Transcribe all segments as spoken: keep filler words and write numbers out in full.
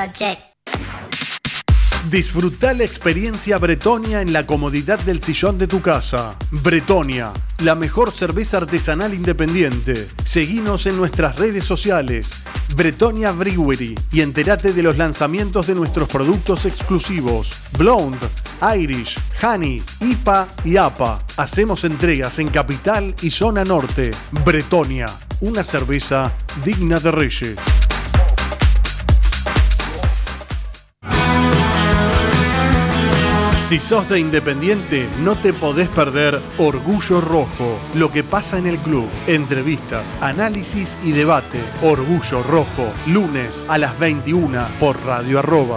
Technologic. Disfruta la experiencia Bretonia en la comodidad del sillón de tu casa. Bretonia, la mejor cerveza artesanal independiente. Seguinos en nuestras redes sociales, Bretonia Brewery, y entérate de los lanzamientos de nuestros productos exclusivos. Blonde, Irish, Honey, I P A y A P A. Hacemos entregas en Capital y Zona Norte. Bretonia, una cerveza digna de reyes. Si sos de Independiente, no te podés perder Orgullo Rojo, lo que pasa en el club. Entrevistas, análisis y debate. Orgullo Rojo, lunes a las veintiuna por Radio Arroba.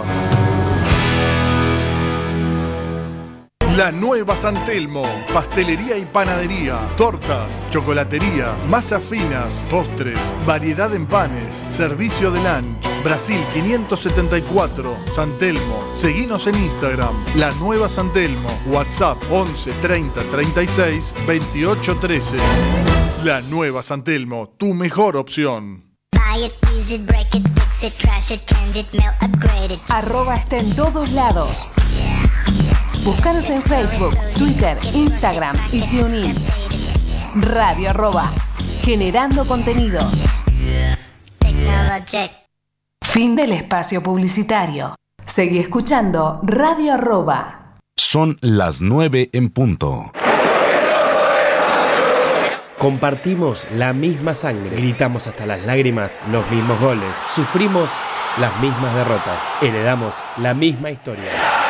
La Nueva San Telmo, pastelería y panadería, tortas, chocolatería, masas finas, postres, variedad en panes, servicio de lunch. Brasil quinientos setenta y cuatro, San Telmo. Seguinos en Instagram, La Nueva San Telmo. WhatsApp once treinta treinta y seis veintiocho trece. La Nueva San Telmo, tu mejor opción. Arroba está en todos lados. Búscanos en Facebook, Twitter, Instagram y TuneIn. Radio Arroba, generando contenidos. Fin del espacio publicitario. Seguí escuchando Radio Arroba. Son las nueve en punto. Compartimos la misma sangre, gritamos hasta las lágrimas los mismos goles, sufrimos las mismas derrotas, heredamos la misma historia.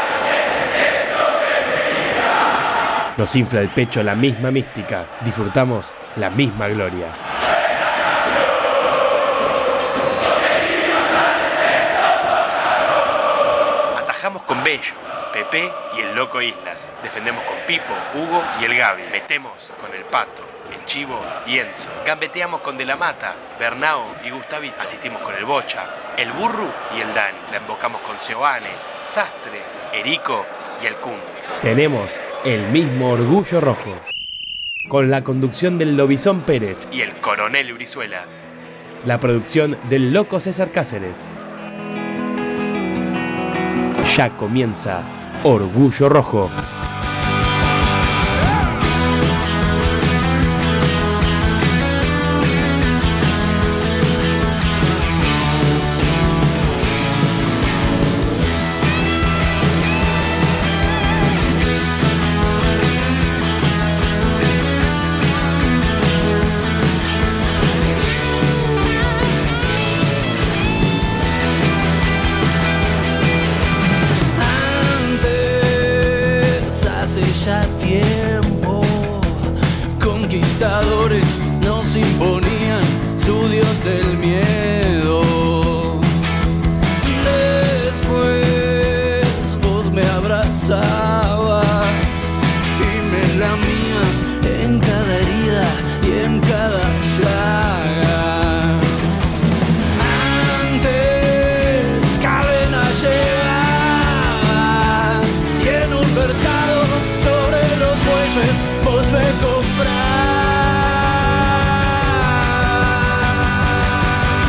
Nos infla el pecho la misma mística, disfrutamos la misma gloria. Atajamos con Bello, Pepe y el Loco Islas. Defendemos con Pipo, Hugo y el Gaby. Metemos con el Pato, el Chivo y Enzo. Gambeteamos con De la Mata, Bernao y Gustavito. Asistimos con el Bocha, el Burru y el Dani. La embocamos con Seoane, Sastre, Erico y el Kun. Tenemos el mismo Orgullo Rojo, con la conducción del Lobizón Pérez y el Coronel Brizuela. La producción del Loco César Cáceres. Ya comienza Orgullo Rojo. Nos imponían su dios del miedo. Después vos me abrazabas y me lamías en cada herida y en cada llaga. Antes cadena llevaba y en un mercado sobre los bueyes vos me comprabas.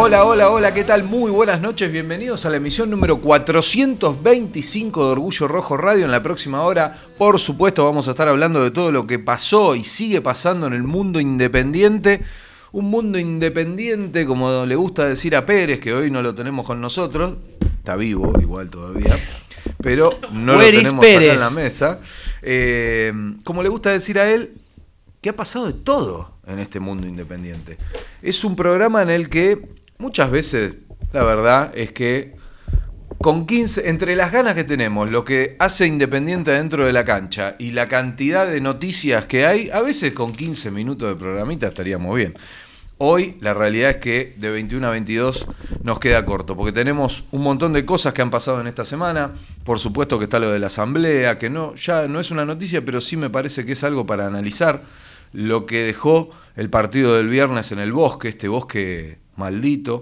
Hola, hola, hola, ¿qué tal? Muy buenas noches, bienvenidos a la emisión número cuatrocientos veinticinco de Orgullo Rojo Radio. En la próxima hora, por supuesto, vamos a estar hablando de todo lo que pasó y sigue pasando en el mundo independiente. Un mundo independiente, como le gusta decir a Pérez, que hoy no lo tenemos con nosotros. Está vivo, igual todavía, pero no lo tenemos acá en la mesa. Eh, como le gusta decir a él, que ha pasado de todo en este mundo independiente. Es un programa en el que muchas veces, la verdad, es que con quince, entre las ganas que tenemos, lo que hace Independiente dentro de la cancha y la cantidad de noticias que hay, a veces con quince minutos de programita estaríamos bien. Hoy la realidad es que de veintiuno a veintidós nos queda corto, porque tenemos un montón de cosas que han pasado en esta semana. Por supuesto que está lo de la asamblea, que no, ya no es una noticia, pero sí me parece que es algo para analizar. Lo que dejó el partido del viernes en el Bosque, este bosque maldito,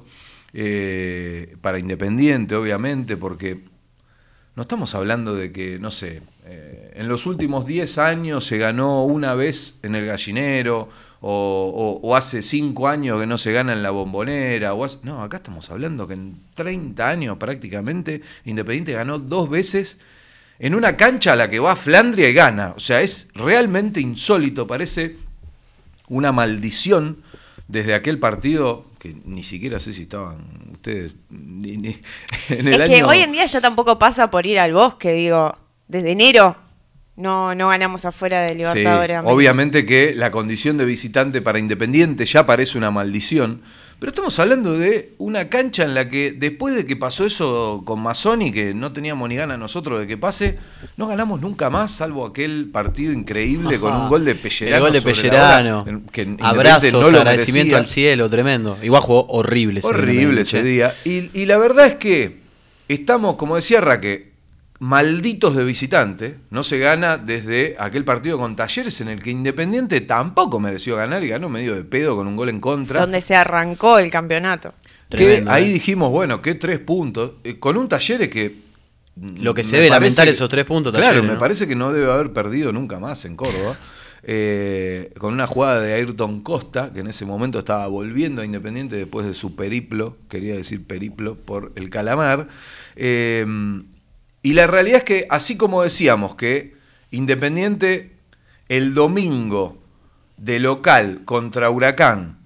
eh, para Independiente, obviamente, porque no estamos hablando de que, no sé, eh, en los últimos diez años se ganó una vez en el Gallinero, o, o, o hace cinco años que no se gana en la Bombonera, o hace, no, acá estamos hablando que en treinta años prácticamente Independiente ganó dos veces en una cancha a la que va a Flandria y gana. O sea, es realmente insólito, parece una maldición desde aquel partido, que ni siquiera sé si estaban ustedes ni, ni, en el es año... que hoy en día ya tampoco pasa por ir al Bosque, digo, desde enero no, no ganamos afuera de Libertadores. Sí, obviamente que la condición de visitante para Independiente ya parece una maldición, pero estamos hablando de una cancha en la que después de que pasó eso con Mazzoni, que no teníamos ni ganas nosotros de que pase, no ganamos nunca más, salvo aquel partido increíble con un gol de Pellerano. El gol de Pellerano. Que abrazos, no lo agradecimiento merecía. Al cielo, tremendo. Igual jugó horrible ese Horrible ese día. Y, y la verdad es que estamos, como decía Raque, malditos de visitante. No se gana desde aquel partido con Talleres en el que Independiente tampoco mereció ganar y ganó medio de pedo con un gol en contra. Donde se arrancó el campeonato. Que Tremendo, ahí eh. dijimos, bueno, que tres puntos. Eh, con un Talleres que... Lo que se debe lamentar esos tres puntos. Claro, Talleres, me ¿no? parece que no debe haber perdido nunca más en Córdoba. Eh, con una jugada de Ayrton Costa, que en ese momento estaba volviendo a Independiente después de su periplo, quería decir periplo, por el Calamar. Eh, y la realidad es que, así como decíamos que Independiente el domingo de local contra Huracán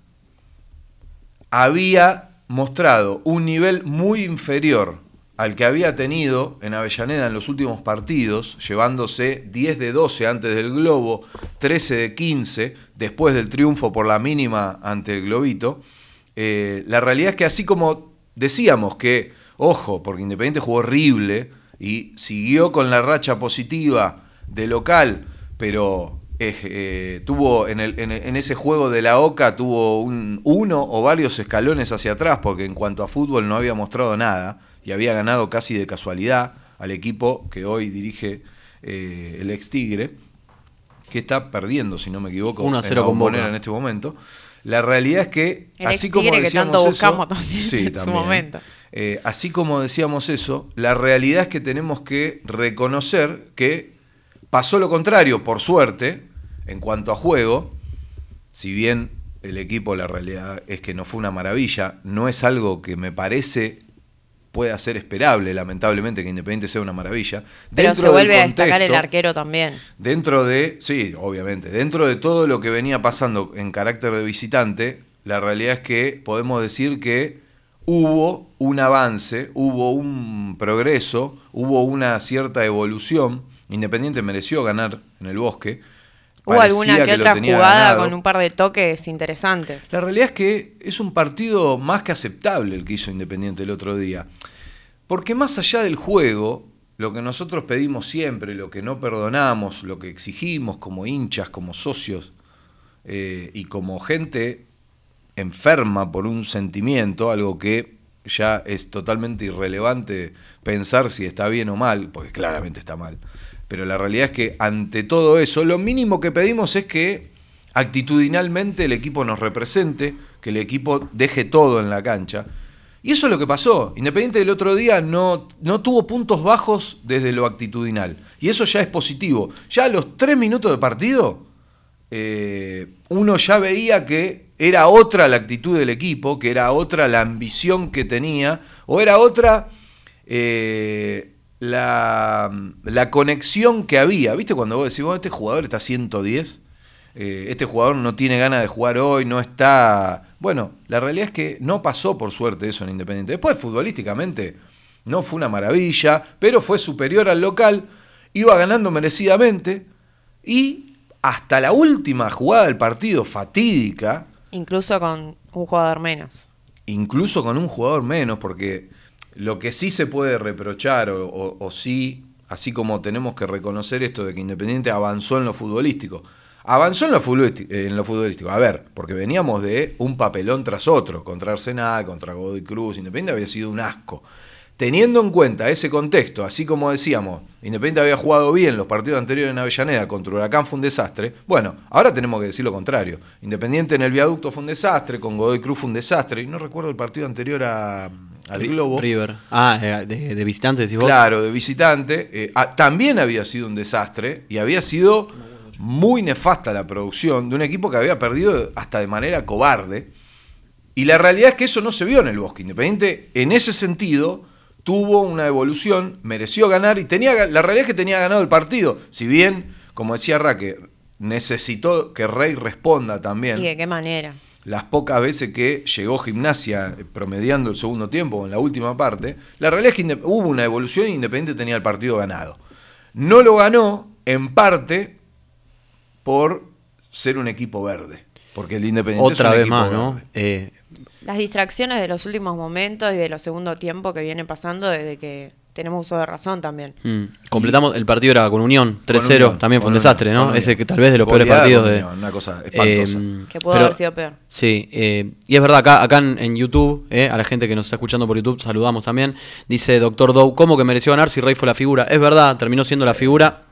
había mostrado un nivel muy inferior al que había tenido en Avellaneda en los últimos partidos, llevándose diez de doce antes del Globo, trece de quince después del triunfo por la mínima ante el Globito. Eh, la realidad es que así como decíamos que, ojo, porque Independiente jugó horrible y siguió con la racha positiva de local, pero eh, eh, tuvo en, el, en, en ese juego de la Oca tuvo un, uno o varios escalones hacia atrás, porque en cuanto a fútbol no había mostrado nada y había ganado casi de casualidad al equipo que hoy dirige eh, el ex Tigre, que está perdiendo, si no me equivoco, uno a cero con Boca en este momento. La realidad es que, el así ex como Tigre decíamos que tanto eso, buscamos también sí, en también, su momento. Eh, así como decíamos eso, la realidad es que tenemos que reconocer que pasó lo contrario, por suerte, en cuanto a juego. Si bien el equipo, la realidad es que no fue una maravilla, no es algo que me parece pueda ser esperable, lamentablemente, que Independiente sea una maravilla. Pero Dentro se vuelve del a destacar contexto, el arquero también. Dentro de, sí, obviamente, dentro de todo lo que venía pasando en carácter de visitante, la realidad es que podemos decir que hubo un avance, hubo un progreso, hubo una cierta evolución. Independiente mereció ganar en el Bosque. Hubo Parecía alguna que, lo otra tenía jugada ganado. con un par de toques interesantes. La realidad es que es un partido más que aceptable el que hizo Independiente el otro día. Porque más allá del juego, lo que nosotros pedimos siempre, lo que no perdonamos, lo que exigimos como hinchas, como socios eh, y como gente enferma por un sentimiento, algo que ya es totalmente irrelevante pensar si está bien o mal, porque claramente está mal. Pero la realidad es que ante todo eso, lo mínimo que pedimos es que actitudinalmente el equipo nos represente, que el equipo deje todo en la cancha. Y eso es lo que pasó. Independiente del otro día no, no tuvo puntos bajos desde lo actitudinal. Y eso ya es positivo. Ya a los tres minutos de partido, eh, uno ya veía que era otra la actitud del equipo, que era otra la ambición que tenía, o era otra eh, la, la conexión que había. ¿Viste cuando vos decís, bueno, este jugador está a ciento diez, eh, este jugador no tiene ganas de jugar hoy, no está... Bueno, la realidad es que no pasó por suerte eso en Independiente. Después, futbolísticamente, no fue una maravilla, pero fue superior al local, iba ganando merecidamente, y hasta la última jugada del partido, fatídica... Incluso con un jugador menos. Incluso con un jugador menos, porque lo que sí se puede reprochar, o, o, o sí, así como tenemos que reconocer esto de que Independiente avanzó en lo futbolístico, avanzó en lo futbolístico, en lo futbolístico. A ver, porque veníamos de un papelón tras otro, contra Arsenal, contra Godoy Cruz. Independiente había sido un asco. Teniendo en cuenta ese contexto, así como decíamos, Independiente había jugado bien los partidos anteriores en Avellaneda, contra Huracán fue un desastre, bueno, ahora tenemos que decir lo contrario. Independiente en el Viaducto fue un desastre, con Godoy Cruz fue un desastre, y no recuerdo el partido anterior a, al Globo. River. Ah, de, de visitante, decís vos. Claro, de visitante. Eh, ah, también había sido un desastre, y había sido muy nefasta la producción de un equipo que había perdido hasta de manera cobarde, y la realidad es que eso no se vio en el Bosque. Independiente, en ese sentido... tuvo una evolución, mereció ganar y tenía la realidad es que tenía ganado el partido. Si bien, como decía Raque, necesitó que Rey responda también. ¿Y de qué manera? Las pocas veces que llegó Gimnasia promediando el segundo tiempo o en la última parte, la realidad es que hubo una evolución y Independiente tenía el partido ganado. No lo ganó en parte por ser un equipo verde. Porque el Independiente otra es un vez equipo más, verde. ¿no? Eh, Las distracciones de los últimos momentos y de los segundo tiempo que viene pasando desde que tenemos uso de razón también. Mm. Completamos, el partido era con Unión, tres cero, Unión, también fue un Unión, desastre, ¿no? Ese que tal vez de los peores Goleada partidos con de... Unión, una cosa espantosa. Eh, Que pudo pero, haber sido peor. Sí, eh, y es verdad, acá, acá en, en YouTube, eh, a la gente que nos está escuchando por YouTube, saludamos también, dice Doctor Dow, ¿cómo que mereció ganar si Rey fue la figura? Es verdad, terminó siendo la figura.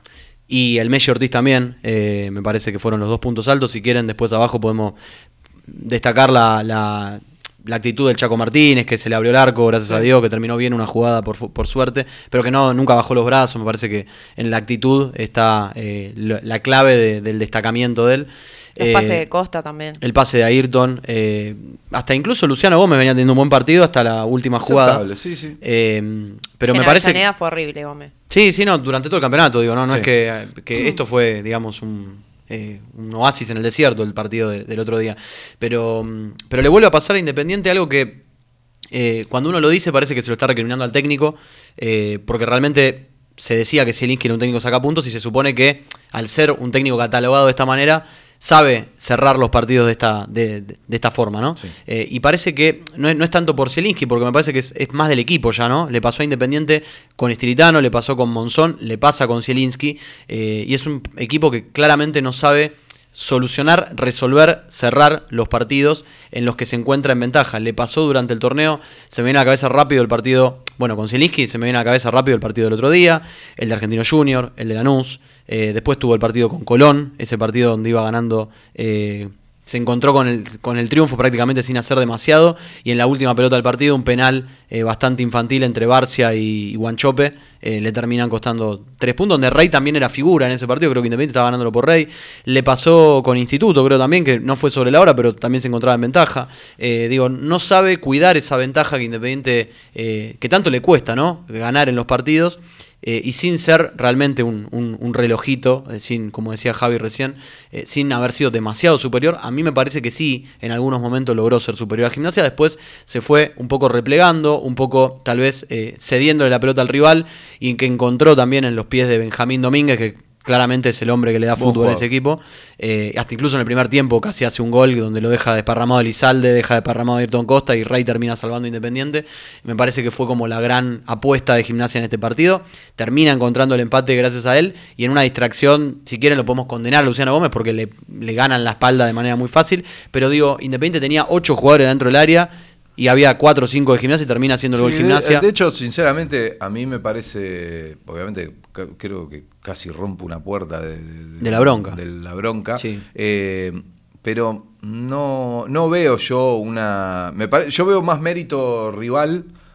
Y el Messi Ortiz también, eh, me parece que fueron los dos puntos altos. Si quieren, después abajo podemos destacar la, la, la actitud del Chaco Martínez, que se le abrió el arco, gracias sí. a Dios, que terminó bien una jugada por, por suerte, pero que no nunca bajó los brazos. Me parece que en la actitud está eh, la, la clave de, del destacamiento de él. El pase eh, de Costa también. El pase de Ayrton. Eh, hasta incluso Luciano Gómez venía teniendo un buen partido hasta la última jugada. Sí, sí. Eh, pero que me en parece que fue horrible Gómez. Sí, sí, no, durante todo el campeonato, digo, no, no sí. es que, que esto fue, digamos, un, eh, un oasis en el desierto, el partido de, del otro día. Pero, pero le vuelve a pasar a Independiente algo que eh, cuando uno lo dice parece que se lo está recriminando al técnico, eh, porque realmente se decía que Zielinski era un técnico saca puntos y se supone que al ser un técnico catalogado de esta manera sabe cerrar los partidos de esta de, de, de esta forma, ¿no? Sí. Eh, y parece que no es, no es tanto por Zielinski, porque me parece que es, es más del equipo ya, ¿no? Le pasó a Independiente con Estilitano, le pasó con Monzón, le pasa con Zielinski, eh, y es un equipo que claramente no sabe solucionar, resolver, cerrar los partidos en los que se encuentra en ventaja. Le pasó durante el torneo, se me viene a la cabeza rápido el partido, bueno, con Zielinski, se me viene a la cabeza rápido el partido del otro día, el de Argentino Junior, el de Lanús, eh, después tuvo el partido con Colón, ese partido donde iba ganando, eh, se encontró con el, con el triunfo prácticamente sin hacer demasiado, y en la última pelota del partido un penal eh, bastante infantil entre Barcia y, y Guanchope, eh, le terminan costando tres puntos, donde Rey también era figura en ese partido, creo que Independiente estaba ganándolo por Rey. Le pasó con Instituto, creo también, que no fue sobre la hora, pero también se encontraba en ventaja. Eh, digo, no sabe cuidar esa ventaja que Independiente, eh, que tanto le cuesta, ¿no? Ganar en los partidos. Eh, y sin ser realmente un, un, un relojito, eh, sin, como decía Javi recién, eh, sin haber sido demasiado superior. A mí me parece que sí, en algunos momentos logró ser superior a Gimnasia, después se fue un poco replegando, un poco tal vez eh, cediéndole la pelota al rival, y que encontró también en los pies de Benjamín Domínguez, que claramente es el hombre que le da Buen fútbol juego. a ese equipo. Eh, hasta incluso en el primer tiempo casi hace un gol donde lo deja desparramado Elizalde, deja desparramado Ayrton Costa y Rey termina salvando a Independiente. Me parece que fue como la gran apuesta de Gimnasia en este partido. Termina encontrando el empate gracias a él, y en una distracción, si quieren lo podemos condenar a Luciano Gómez porque le, le ganan la espalda de manera muy fácil, pero digo, Independiente tenía ocho jugadores dentro del área y había cuatro o cinco de Gimnasia y termina haciendo el Sí, gol Gimnasia. De, de hecho, sinceramente, a mí me parece, obviamente, ca- creo que casi rompo una puerta de, de, De la bronca. De la bronca. Sí. Eh, pero no, no veo yo una... Me pare, yo veo más mérito rival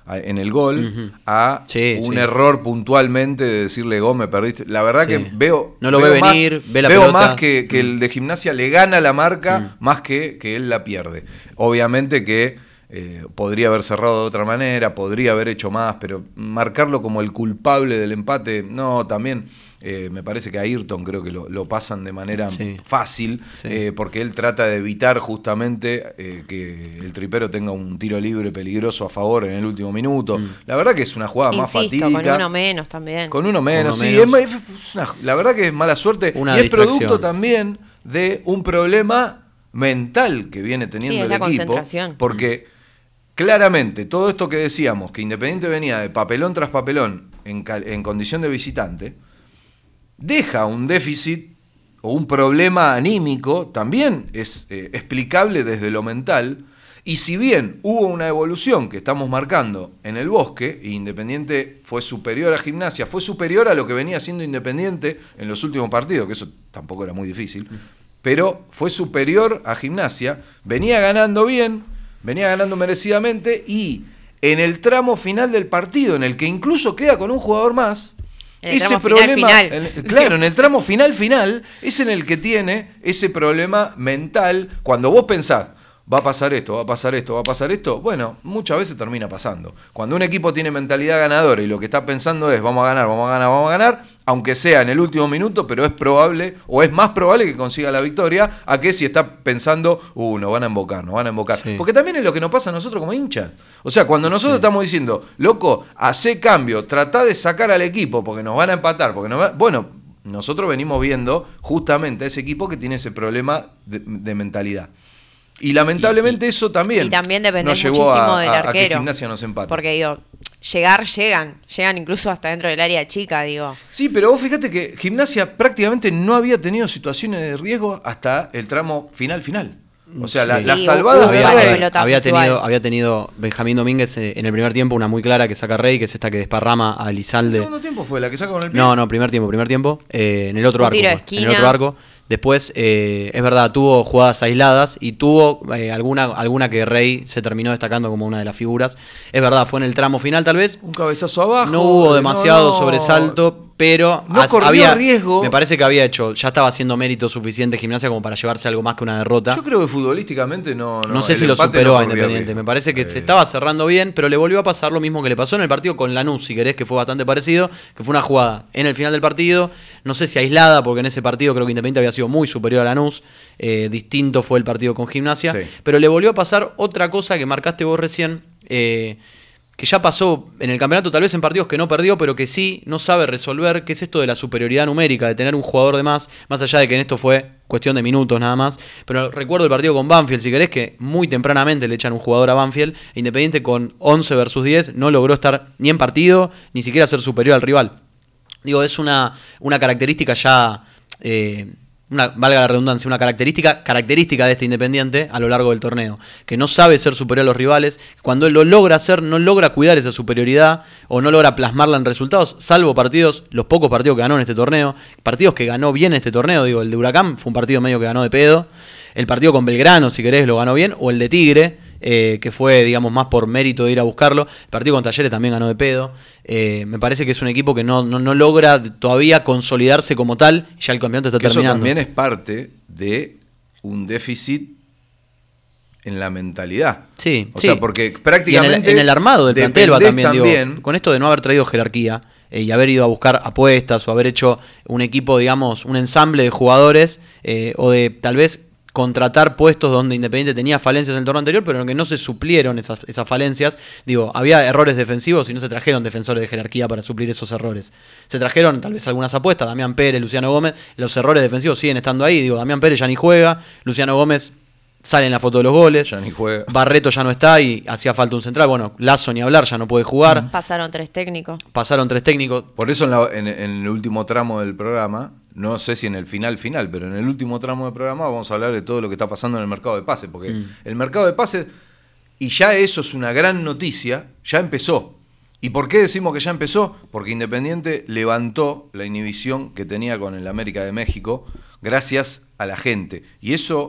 a, en el gol uh-huh. a sí, un sí. error puntualmente de decirle, Gómez, perdiste. La verdad sí. que veo... No lo veo ve más, venir, ve la veo pelota. más que, que mm. el de Gimnasia le gana la marca mm. más que, que él la pierde. Obviamente que eh, podría haber cerrado de otra manera, podría haber hecho más, pero marcarlo como el culpable del empate, no, también... Eh, me parece que a Ayrton creo que lo, lo pasan de manera sí. fácil, sí. eh, porque él trata de evitar justamente eh, que el tripero tenga un tiro libre peligroso a favor en el último minuto. Mm. La verdad que es una jugada Insisto, más fatídica. con uno menos también. Con uno menos, uno sí. menos. Es, es una, la verdad que es mala suerte. Una y es distracción. producto también de un problema mental que viene teniendo sí, es el la equipo. Concentración. Porque claramente todo esto que decíamos, que Independiente venía de papelón tras papelón en, en condición de visitante, deja un déficit o un problema anímico, también es eh, explicable desde lo mental, y si bien hubo una evolución que estamos marcando en el Bosque, e Independiente fue superior a Gimnasia, fue superior a lo que venía siendo Independiente en los últimos partidos, que eso tampoco era muy difícil, pero fue superior a Gimnasia, venía ganando bien, venía ganando merecidamente, y en el tramo final del partido, en el que incluso queda con un jugador más, En el ese tramo problema, final, final. El, claro, en el tramo final final es en el que tiene ese problema mental. Cuando vos pensás, va a pasar esto, va a pasar esto, va a pasar esto, bueno, muchas veces termina pasando. Cuando un equipo tiene mentalidad ganadora y lo que está pensando es vamos a ganar, vamos a ganar, vamos a ganar, aunque sea en el último minuto, pero es probable, o es más probable que consiga la victoria, a que si está pensando, uh, nos van a embocar, nos van a embocar. Sí. Porque también es lo que nos pasa a nosotros como hinchas. O sea, cuando nosotros sí. estamos diciendo, loco, hacé cambio, tratá de sacar al equipo porque nos van a empatar, porque nos va... bueno, nosotros venimos viendo justamente a ese equipo que tiene ese problema de, de mentalidad. Y lamentablemente y, y, eso también, y también depende nos llevó muchísimo a, del a, arquero. A que Gimnasia nos empate. Porque digo, llegar, llegan, llegan incluso hasta dentro del área chica, digo. Sí, pero vos fíjate que Gimnasia prácticamente no había tenido situaciones de riesgo hasta el tramo final final. O sea, sí. la, la sí, salvada había, de Rey. había, había tenido, había tenido Benjamín Domínguez eh, en el primer tiempo una muy clara que saca Rey, que es esta que desparrama a Lizalde. ¿El segundo tiempo fue la que saca con el pie? No, no, primer tiempo, primer tiempo. Eh, en el otro Un arco. tiro de Fue, esquina. en el otro arco. Después, eh, es verdad, tuvo jugadas aisladas y tuvo eh, alguna, alguna que Rey se terminó destacando como una de las figuras. Es verdad, fue en el tramo final tal vez. Un cabezazo abajo. No hubo demasiado no, no. sobresalto, pero no corrió había, riesgo. Me parece que había hecho, ya estaba haciendo mérito suficiente Gimnasia como para llevarse algo más que una derrota. Yo creo que futbolísticamente no. No, no sé si lo superó no a Independiente. Riesgo. Me parece que eh. se estaba cerrando bien, pero le volvió a pasar lo mismo que le pasó en el partido con Lanús, si querés, que fue bastante parecido, que fue una jugada en el final del partido, no sé si aislada, porque en ese partido creo que Independiente había sido muy superior a Lanús, eh, distinto fue el partido con Gimnasia, sí. Pero le volvió a pasar otra cosa que marcaste vos recién, eh, que ya pasó en el campeonato, tal vez en partidos que no perdió, pero que sí no sabe resolver, que es esto de la superioridad numérica, de tener un jugador de más, más allá de que en esto fue cuestión de minutos nada más. Pero recuerdo el partido con Banfield, si querés, que muy tempranamente le echan un jugador a Banfield, Independiente con once versus diez no logró estar ni en partido, ni siquiera ser superior al rival. Digo, es una, una característica ya... Eh, Una, valga la redundancia, una característica característica de este Independiente a lo largo del torneo, que no sabe ser superior a los rivales, cuando él lo logra hacer, no logra cuidar esa superioridad o no logra plasmarla en resultados, salvo partidos, los pocos partidos que ganó en este torneo, partidos que ganó bien en este torneo, digo, el de Huracán fue un partido medio que ganó de pedo, el partido con Belgrano, si querés, lo ganó bien, o el de Tigre, eh, que fue, digamos, más por mérito de ir a buscarlo, el partido con Talleres también ganó de pedo. Eh, me parece que es un equipo que no, no, no logra todavía consolidarse como tal, y ya el campeonato está que terminando. Eso también es parte de un déficit en la mentalidad. Sí, o sí. sea, porque prácticamente... Y en, el, en el armado del plantel va también, también. Digo, con esto de no haber traído jerarquía eh, y haber ido a buscar apuestas o haber hecho un equipo, digamos, un ensamble de jugadores eh, o de tal vez... contratar puestos donde Independiente tenía falencias en el torneo anterior, pero en que no se suplieron esas, esas falencias. Digo, había errores defensivos y no se trajeron defensores de jerarquía para suplir esos errores. Se trajeron tal vez algunas apuestas, Damián Pérez, Luciano Gómez, los errores defensivos siguen estando ahí. Digo, Damián Pérez ya ni juega, Luciano Gómez sale en la foto de los goles, ya ni juega. Barreto ya no está y hacía falta un central. Bueno, Lazo ni hablar, ya no puede jugar. Pasaron tres técnicos. Pasaron tres técnicos. Por eso en, la, en, en el último tramo del programa... No sé si en el final final, pero en el último tramo del programa vamos a hablar de todo lo que está pasando en el mercado de pases, porque mm. el mercado de pases, y ya eso es una gran noticia, ya empezó. ¿Y por qué decimos que ya empezó? Porque Independiente levantó la inhibición que tenía con el América de México gracias a la gente. Y eso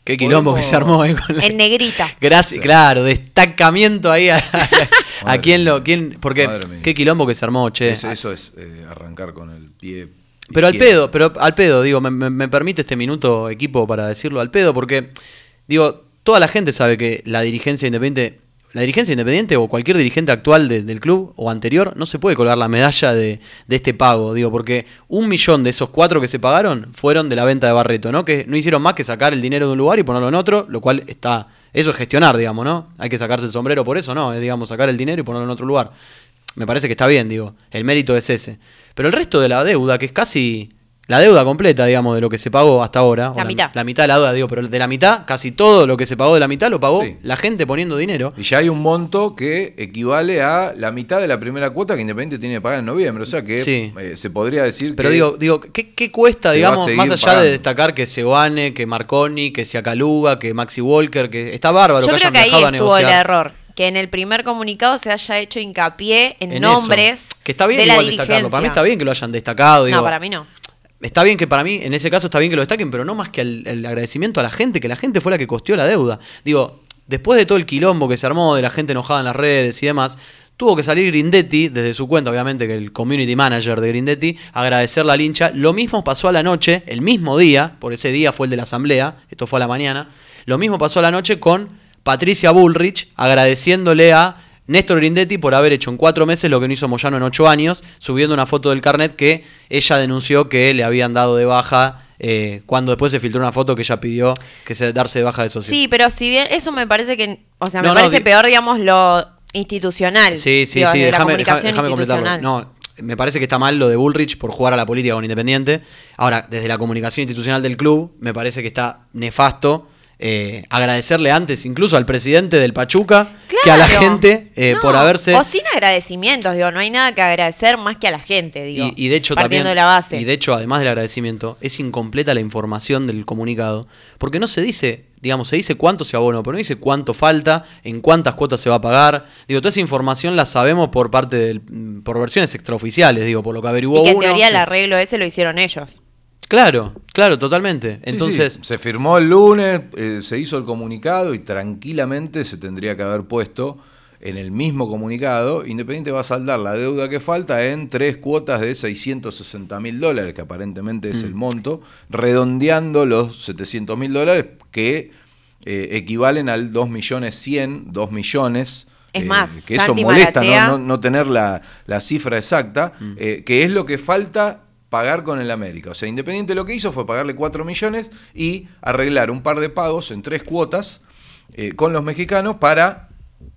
Qué quilombo podemos... que se armó, ¿eh? Con la... En negrita. Gracias, claro, destacamiento ahí a, a, a quién lo. Quién, porque qué quilombo que se armó, che. Eso, eso es eh, arrancar con el pie. Pero al pedo, pero al pedo, digo, me, me, me permite este minuto, equipo, para decirlo al pedo, porque, digo, toda la gente sabe que la dirigencia independiente. La dirigencia independiente o cualquier dirigente actual de, del club o anterior no se puede colgar la medalla de, de este pago, digo, porque un millón de esos cuatro que se pagaron fueron de la venta de Barreto, ¿no? Que no hicieron más que sacar el dinero de un lugar y ponerlo en otro, lo cual está, eso es gestionar, digamos, ¿no? Hay que sacarse el sombrero por eso, ¿no? Es, digamos, sacar el dinero y ponerlo en otro lugar. Me parece que está bien, digo, el mérito es ese. Pero el resto de la deuda, que es casi... La deuda completa, digamos, de lo que se pagó hasta ahora. La mitad. La, la mitad de la deuda, digo, pero de la mitad, casi todo lo que se pagó de la mitad lo pagó sí. la gente poniendo dinero. Y ya hay un monto que equivale a la mitad de la primera cuota que Independiente tiene que pagar en noviembre. O sea que sí. eh, se podría decir pero que... Pero digo, digo ¿qué, qué cuesta, digamos, más allá pagando. de destacar que Seoane, que Marconi, que Siakaluga, que Maxi Walker, que está bárbaro Yo que creo hayan que ahí dejado a estuvo negociar. el error. Que en el primer comunicado se haya hecho hincapié en, en nombres eso. Que está bien de igual la destacarlo. Para mí está bien que lo hayan destacado. Digo, no, para mí no. Está bien que para mí, en ese caso está bien que lo destaquen, pero no más que el, el agradecimiento a la gente, que la gente fue la que costeó la deuda. Digo, después de todo el quilombo que se armó, de la gente enojada en las redes y demás, tuvo que salir Grindetti, desde su cuenta, obviamente, que el community manager de Grindetti, agradecerle al hincha. Lo mismo pasó a la noche, el mismo día, por ese día fue el de la asamblea, esto fue a la mañana, lo mismo pasó a la noche con Patricia Bullrich, agradeciéndole a Néstor Grindetti por haber hecho en cuatro meses lo que no hizo Moyano en ocho años, subiendo una foto del carnet que ella denunció que le habían dado de baja, eh, cuando después se filtró una foto que ella pidió que se darse de baja de socio. Sí, pero si bien eso me parece que, o sea, me no, parece no, peor, digamos, lo institucional. Sí, sí, digo, sí, de déjame, la déjame, déjame completarlo. No, me parece que está mal lo de Bullrich por jugar a la política con Independiente. Ahora, desde la comunicación institucional del club, me parece que está nefasto. Eh, agradecerle antes incluso al presidente del Pachuca claro. que a la gente eh, no, por haberse... O sin agradecimientos, digo, no hay nada que agradecer más que a la gente, digo. Y, y de hecho partiendo también, de la base. Y de hecho, además del agradecimiento, es incompleta la información del comunicado, porque no se dice, digamos, se dice cuánto se abonó, pero no dice cuánto falta, en cuántas cuotas se va a pagar. Digo, toda esa información la sabemos por parte del, por versiones extraoficiales, digo, por lo que averiguó uno. Y que en teoría sí. el arreglo ese lo hicieron ellos. Claro, claro, totalmente. Entonces sí, sí. Se firmó el lunes, eh, se hizo el comunicado y tranquilamente se tendría que haber puesto en el mismo comunicado, Independiente va a saldar la deuda que falta en tres cuotas de seiscientos sesenta mil dólares, que aparentemente es mm. el monto, redondeando los setecientos mil dólares que eh, equivalen al dos millones cien, dos millones. Es eh, más, que eso Santi molesta, Maratea, ¿no? No, no tener la, la cifra exacta, mm. eh, que es lo que falta pagar con el América. O sea, Independiente lo que hizo fue pagarle cuatro millones y arreglar un par de pagos en tres cuotas eh, con los mexicanos para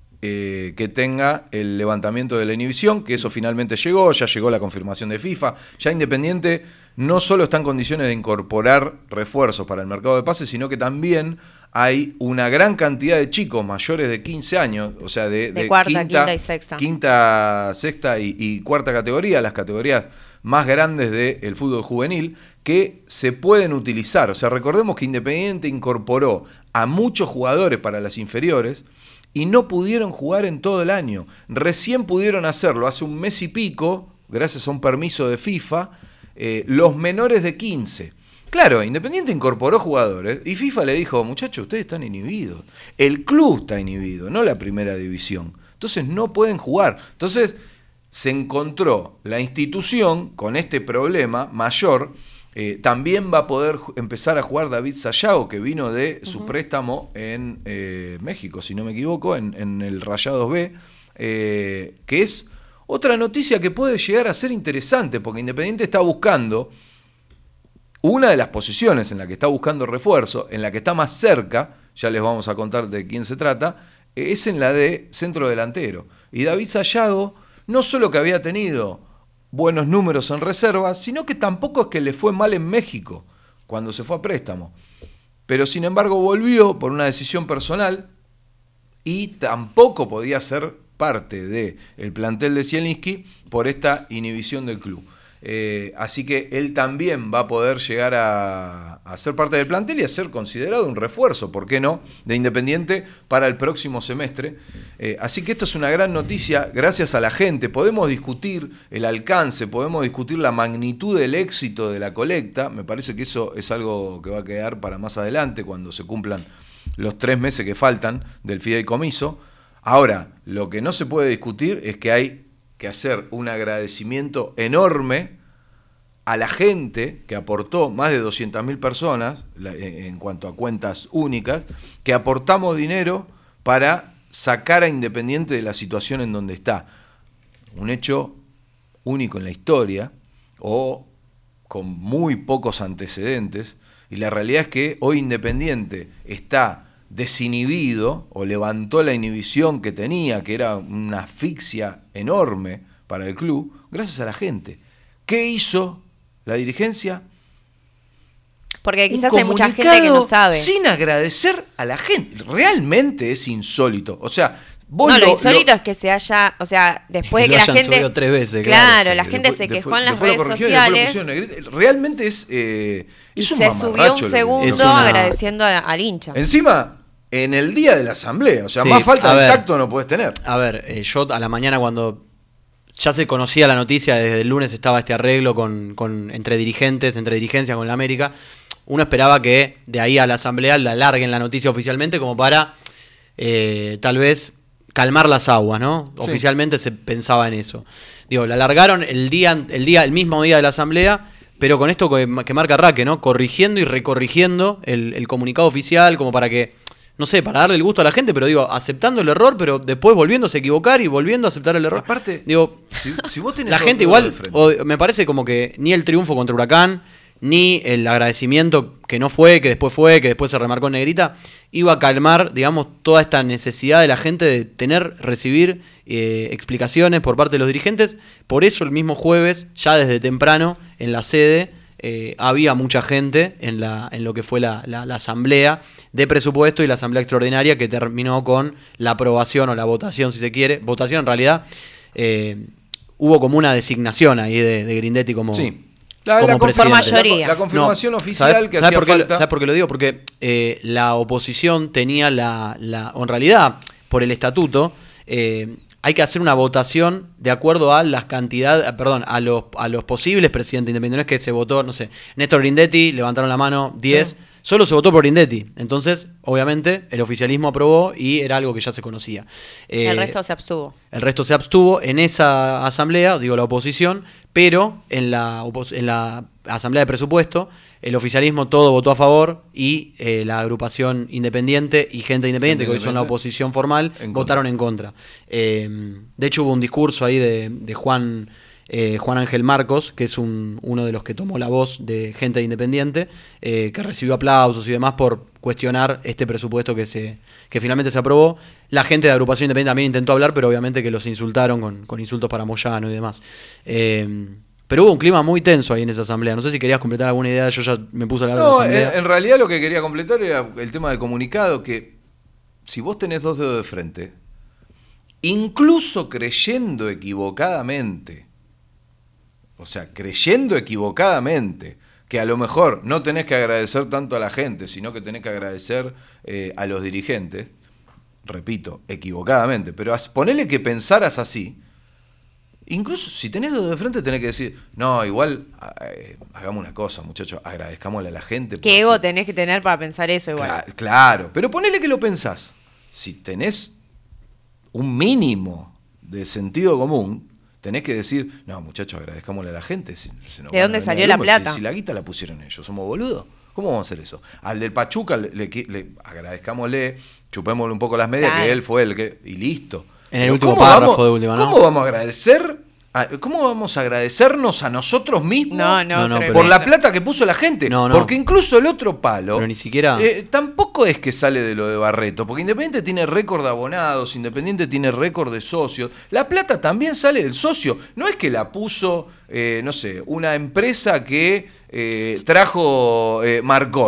eh, que tenga el levantamiento de la inhibición, que eso finalmente llegó, ya llegó la confirmación de FIFA. Ya Independiente no solo está en condiciones de incorporar refuerzos para el mercado de pases, sino que también hay una gran cantidad de chicos mayores de quince años, o sea, de, de, de cuarta, quinta, quinta y sexta. Quinta, sexta y, y cuarta categoría, las categorías más grandes del fútbol juvenil, que se pueden utilizar. O sea, recordemos que Independiente incorporó a muchos jugadores para las inferiores y no pudieron jugar en todo el año. Recién pudieron hacerlo hace un mes y pico, gracias a un permiso de FIFA, eh, los menores de quince. Claro, Independiente incorporó jugadores y FIFA le dijo, muchachos, ustedes están inhibidos. El club está inhibido, no la primera división. Entonces no pueden jugar. Entonces se encontró la institución con este problema mayor. Eh, también va a poder ju- empezar a jugar David Sayago, que vino de su uh-huh. préstamo en eh, México, si no me equivoco, en, en el Rayados B, eh, que es otra noticia que puede llegar a ser interesante, porque Independiente está buscando una de las posiciones en la que está buscando refuerzo, en la que está más cerca, ya les vamos a contar de quién se trata, es en la de centro delantero. Y David Sayago, no solo que había tenido buenos números en reservas, sino que tampoco es que le fue mal en México cuando se fue a préstamo. Pero sin embargo volvió por una decisión personal y tampoco podía ser parte del plantel de Zielinski por esta inhibición del club. Eh, así que él también va a poder llegar a, a ser parte del plantel y a ser considerado un refuerzo, ¿por qué no?, de Independiente para el próximo semestre. Eh, así que esto es una gran noticia, gracias a la gente. Podemos discutir el alcance, podemos discutir la magnitud del éxito de la colecta. Me parece que eso es algo que va a quedar para más adelante, cuando se cumplan los tres meses que faltan del fideicomiso. Ahora, lo que no se puede discutir es que hay que hacer un agradecimiento enorme a la gente que aportó, más de doscientas mil personas, en cuanto a cuentas únicas, que aportamos dinero para sacar a Independiente de la situación en donde está. Un hecho único en la historia, o con muy pocos antecedentes, y la realidad es que hoy Independiente está desinhibido, o levantó la inhibición que tenía, que era una asfixia enorme para el club, gracias a la gente. ¿Qué hizo la dirigencia? Porque quizás hay mucha gente que no sabe. Sin agradecer a la gente. Realmente es insólito. O sea, vos no, lo, lo insólito lo, es que se haya, o sea, después de lo que la hayan gente subido tres veces, claro, claro, la sí. gente después, se quejó después, en las después redes lo corrigieron, sociales. después lo realmente es eh, y es un se subió un mamarracho segundo es una... agradeciendo a, al hincha. Encima, en el día de la asamblea, o sea, Sí, más falta a de ver, tacto no puedes tener. A ver, eh, yo a la mañana, cuando ya se conocía la noticia, desde el lunes estaba este arreglo con, con entre dirigentes, entre dirigencia con la América, uno esperaba que de ahí a la asamblea la larguen la noticia oficialmente, como para eh, tal vez calmar las aguas, ¿no? Sí. Oficialmente se pensaba en eso. Digo, la largaron el día, el día, el mismo día de la asamblea, pero con esto que, que marca Raque, ¿no? Corrigiendo y recorrigiendo el, el comunicado oficial, como para que, no sé, para darle el gusto a la gente, pero digo, aceptando el error, pero después volviéndose a equivocar y volviendo a aceptar el error. Aparte, digo, si, si vos tenés la dos gente dedos igual, de frente. o, me parece como que ni el triunfo contra Huracán, ni el agradecimiento que no fue, que después fue, que después se remarcó en negrita, iba a calmar, digamos, toda esta necesidad de la gente de tener, recibir eh, explicaciones por parte de los dirigentes. Por eso el mismo jueves, ya desde temprano, en la sede, eh, había mucha gente en, la, en lo que fue la, la, la asamblea de presupuesto y la asamblea extraordinaria, que terminó con la aprobación o la votación, si se quiere. Votación, en realidad, eh, hubo como una designación ahí de, de Grindetti como... Sí. La, como la, presidente. por mayoría. La, la confirmación no, oficial ¿sabe, que ¿sabe hacía por qué, falta. ¿Sabes por qué lo digo? Porque eh, la oposición tenía la, la... O en realidad, por el estatuto, eh, hay que hacer una votación de acuerdo a las cantidades... Perdón, a los, a los posibles presidentes independientes. No es que se votó, no sé, Néstor Grindetti, levantaron la mano, diez... Sí. Solo se votó por Grindetti. Entonces, obviamente, el oficialismo aprobó y era algo que ya se conocía. Eh, el resto se abstuvo. El resto se abstuvo en esa asamblea, digo la oposición, pero en la, opos- en la asamblea de presupuesto, el oficialismo todo votó a favor y eh, la agrupación independiente y gente independiente, que hoy son la oposición formal, en votaron contra. en contra. Eh, de hecho, hubo un discurso ahí de, de Juan... Eh, Juan Ángel Marcos, que es un, uno de los que tomó la voz de gente independiente, eh, que recibió aplausos y demás por cuestionar este presupuesto que se que finalmente se aprobó. La gente de agrupación independiente también intentó hablar, pero obviamente que los insultaron con, con insultos para Moyano y demás. Eh, pero hubo un clima muy tenso ahí en esa asamblea. No sé si querías completar alguna idea, yo ya me puse a hablar No, de la asamblea. en, en realidad lo que quería completar era el tema del comunicado, que si vos tenés dos dedos de frente, incluso creyendo equivocadamente, o sea, creyendo equivocadamente que a lo mejor no tenés que agradecer tanto a la gente, sino que tenés que agradecer eh, a los dirigentes, repito, equivocadamente, pero as, ponele que pensaras así, incluso si tenés dos de frente tenés que decir, no, igual eh, hagamos una cosa, muchachos, agradezcámosle a la gente. ¿Qué ego tenés que tener para pensar eso igual? Cla- claro, pero ponele que lo pensás. Si tenés un mínimo de sentido común, tenés que decir, no, muchachos, agradezcámosle a la gente. Si, si nos ¿De van dónde a venir salió al la humo, plata? Si, si la guita la pusieron ellos, ¿somos boludos? ¿Cómo vamos a hacer eso? Al del Pachuca le, le, le agradezcámosle, chupémosle un poco las medias, Claro. que él fue el que... Y listo. En el Pero último ¿cómo párrafo vamos- de última, ¿no? ¿Cómo vamos a agradecer? a- ¿Cómo vamos a agradecernos a nosotros mismos? No, no, No, no, tremendo. Por la plata que puso la gente. No, no. Porque incluso el otro palo. Pero ni siquiera- eh, tampoco es que sale de lo de Barreto. Porque Independiente tiene récord de abonados, Independiente tiene récord de socios. La plata también sale del socio. No es que la puso, eh, no sé, una empresa que eh, trajo eh, Marconi,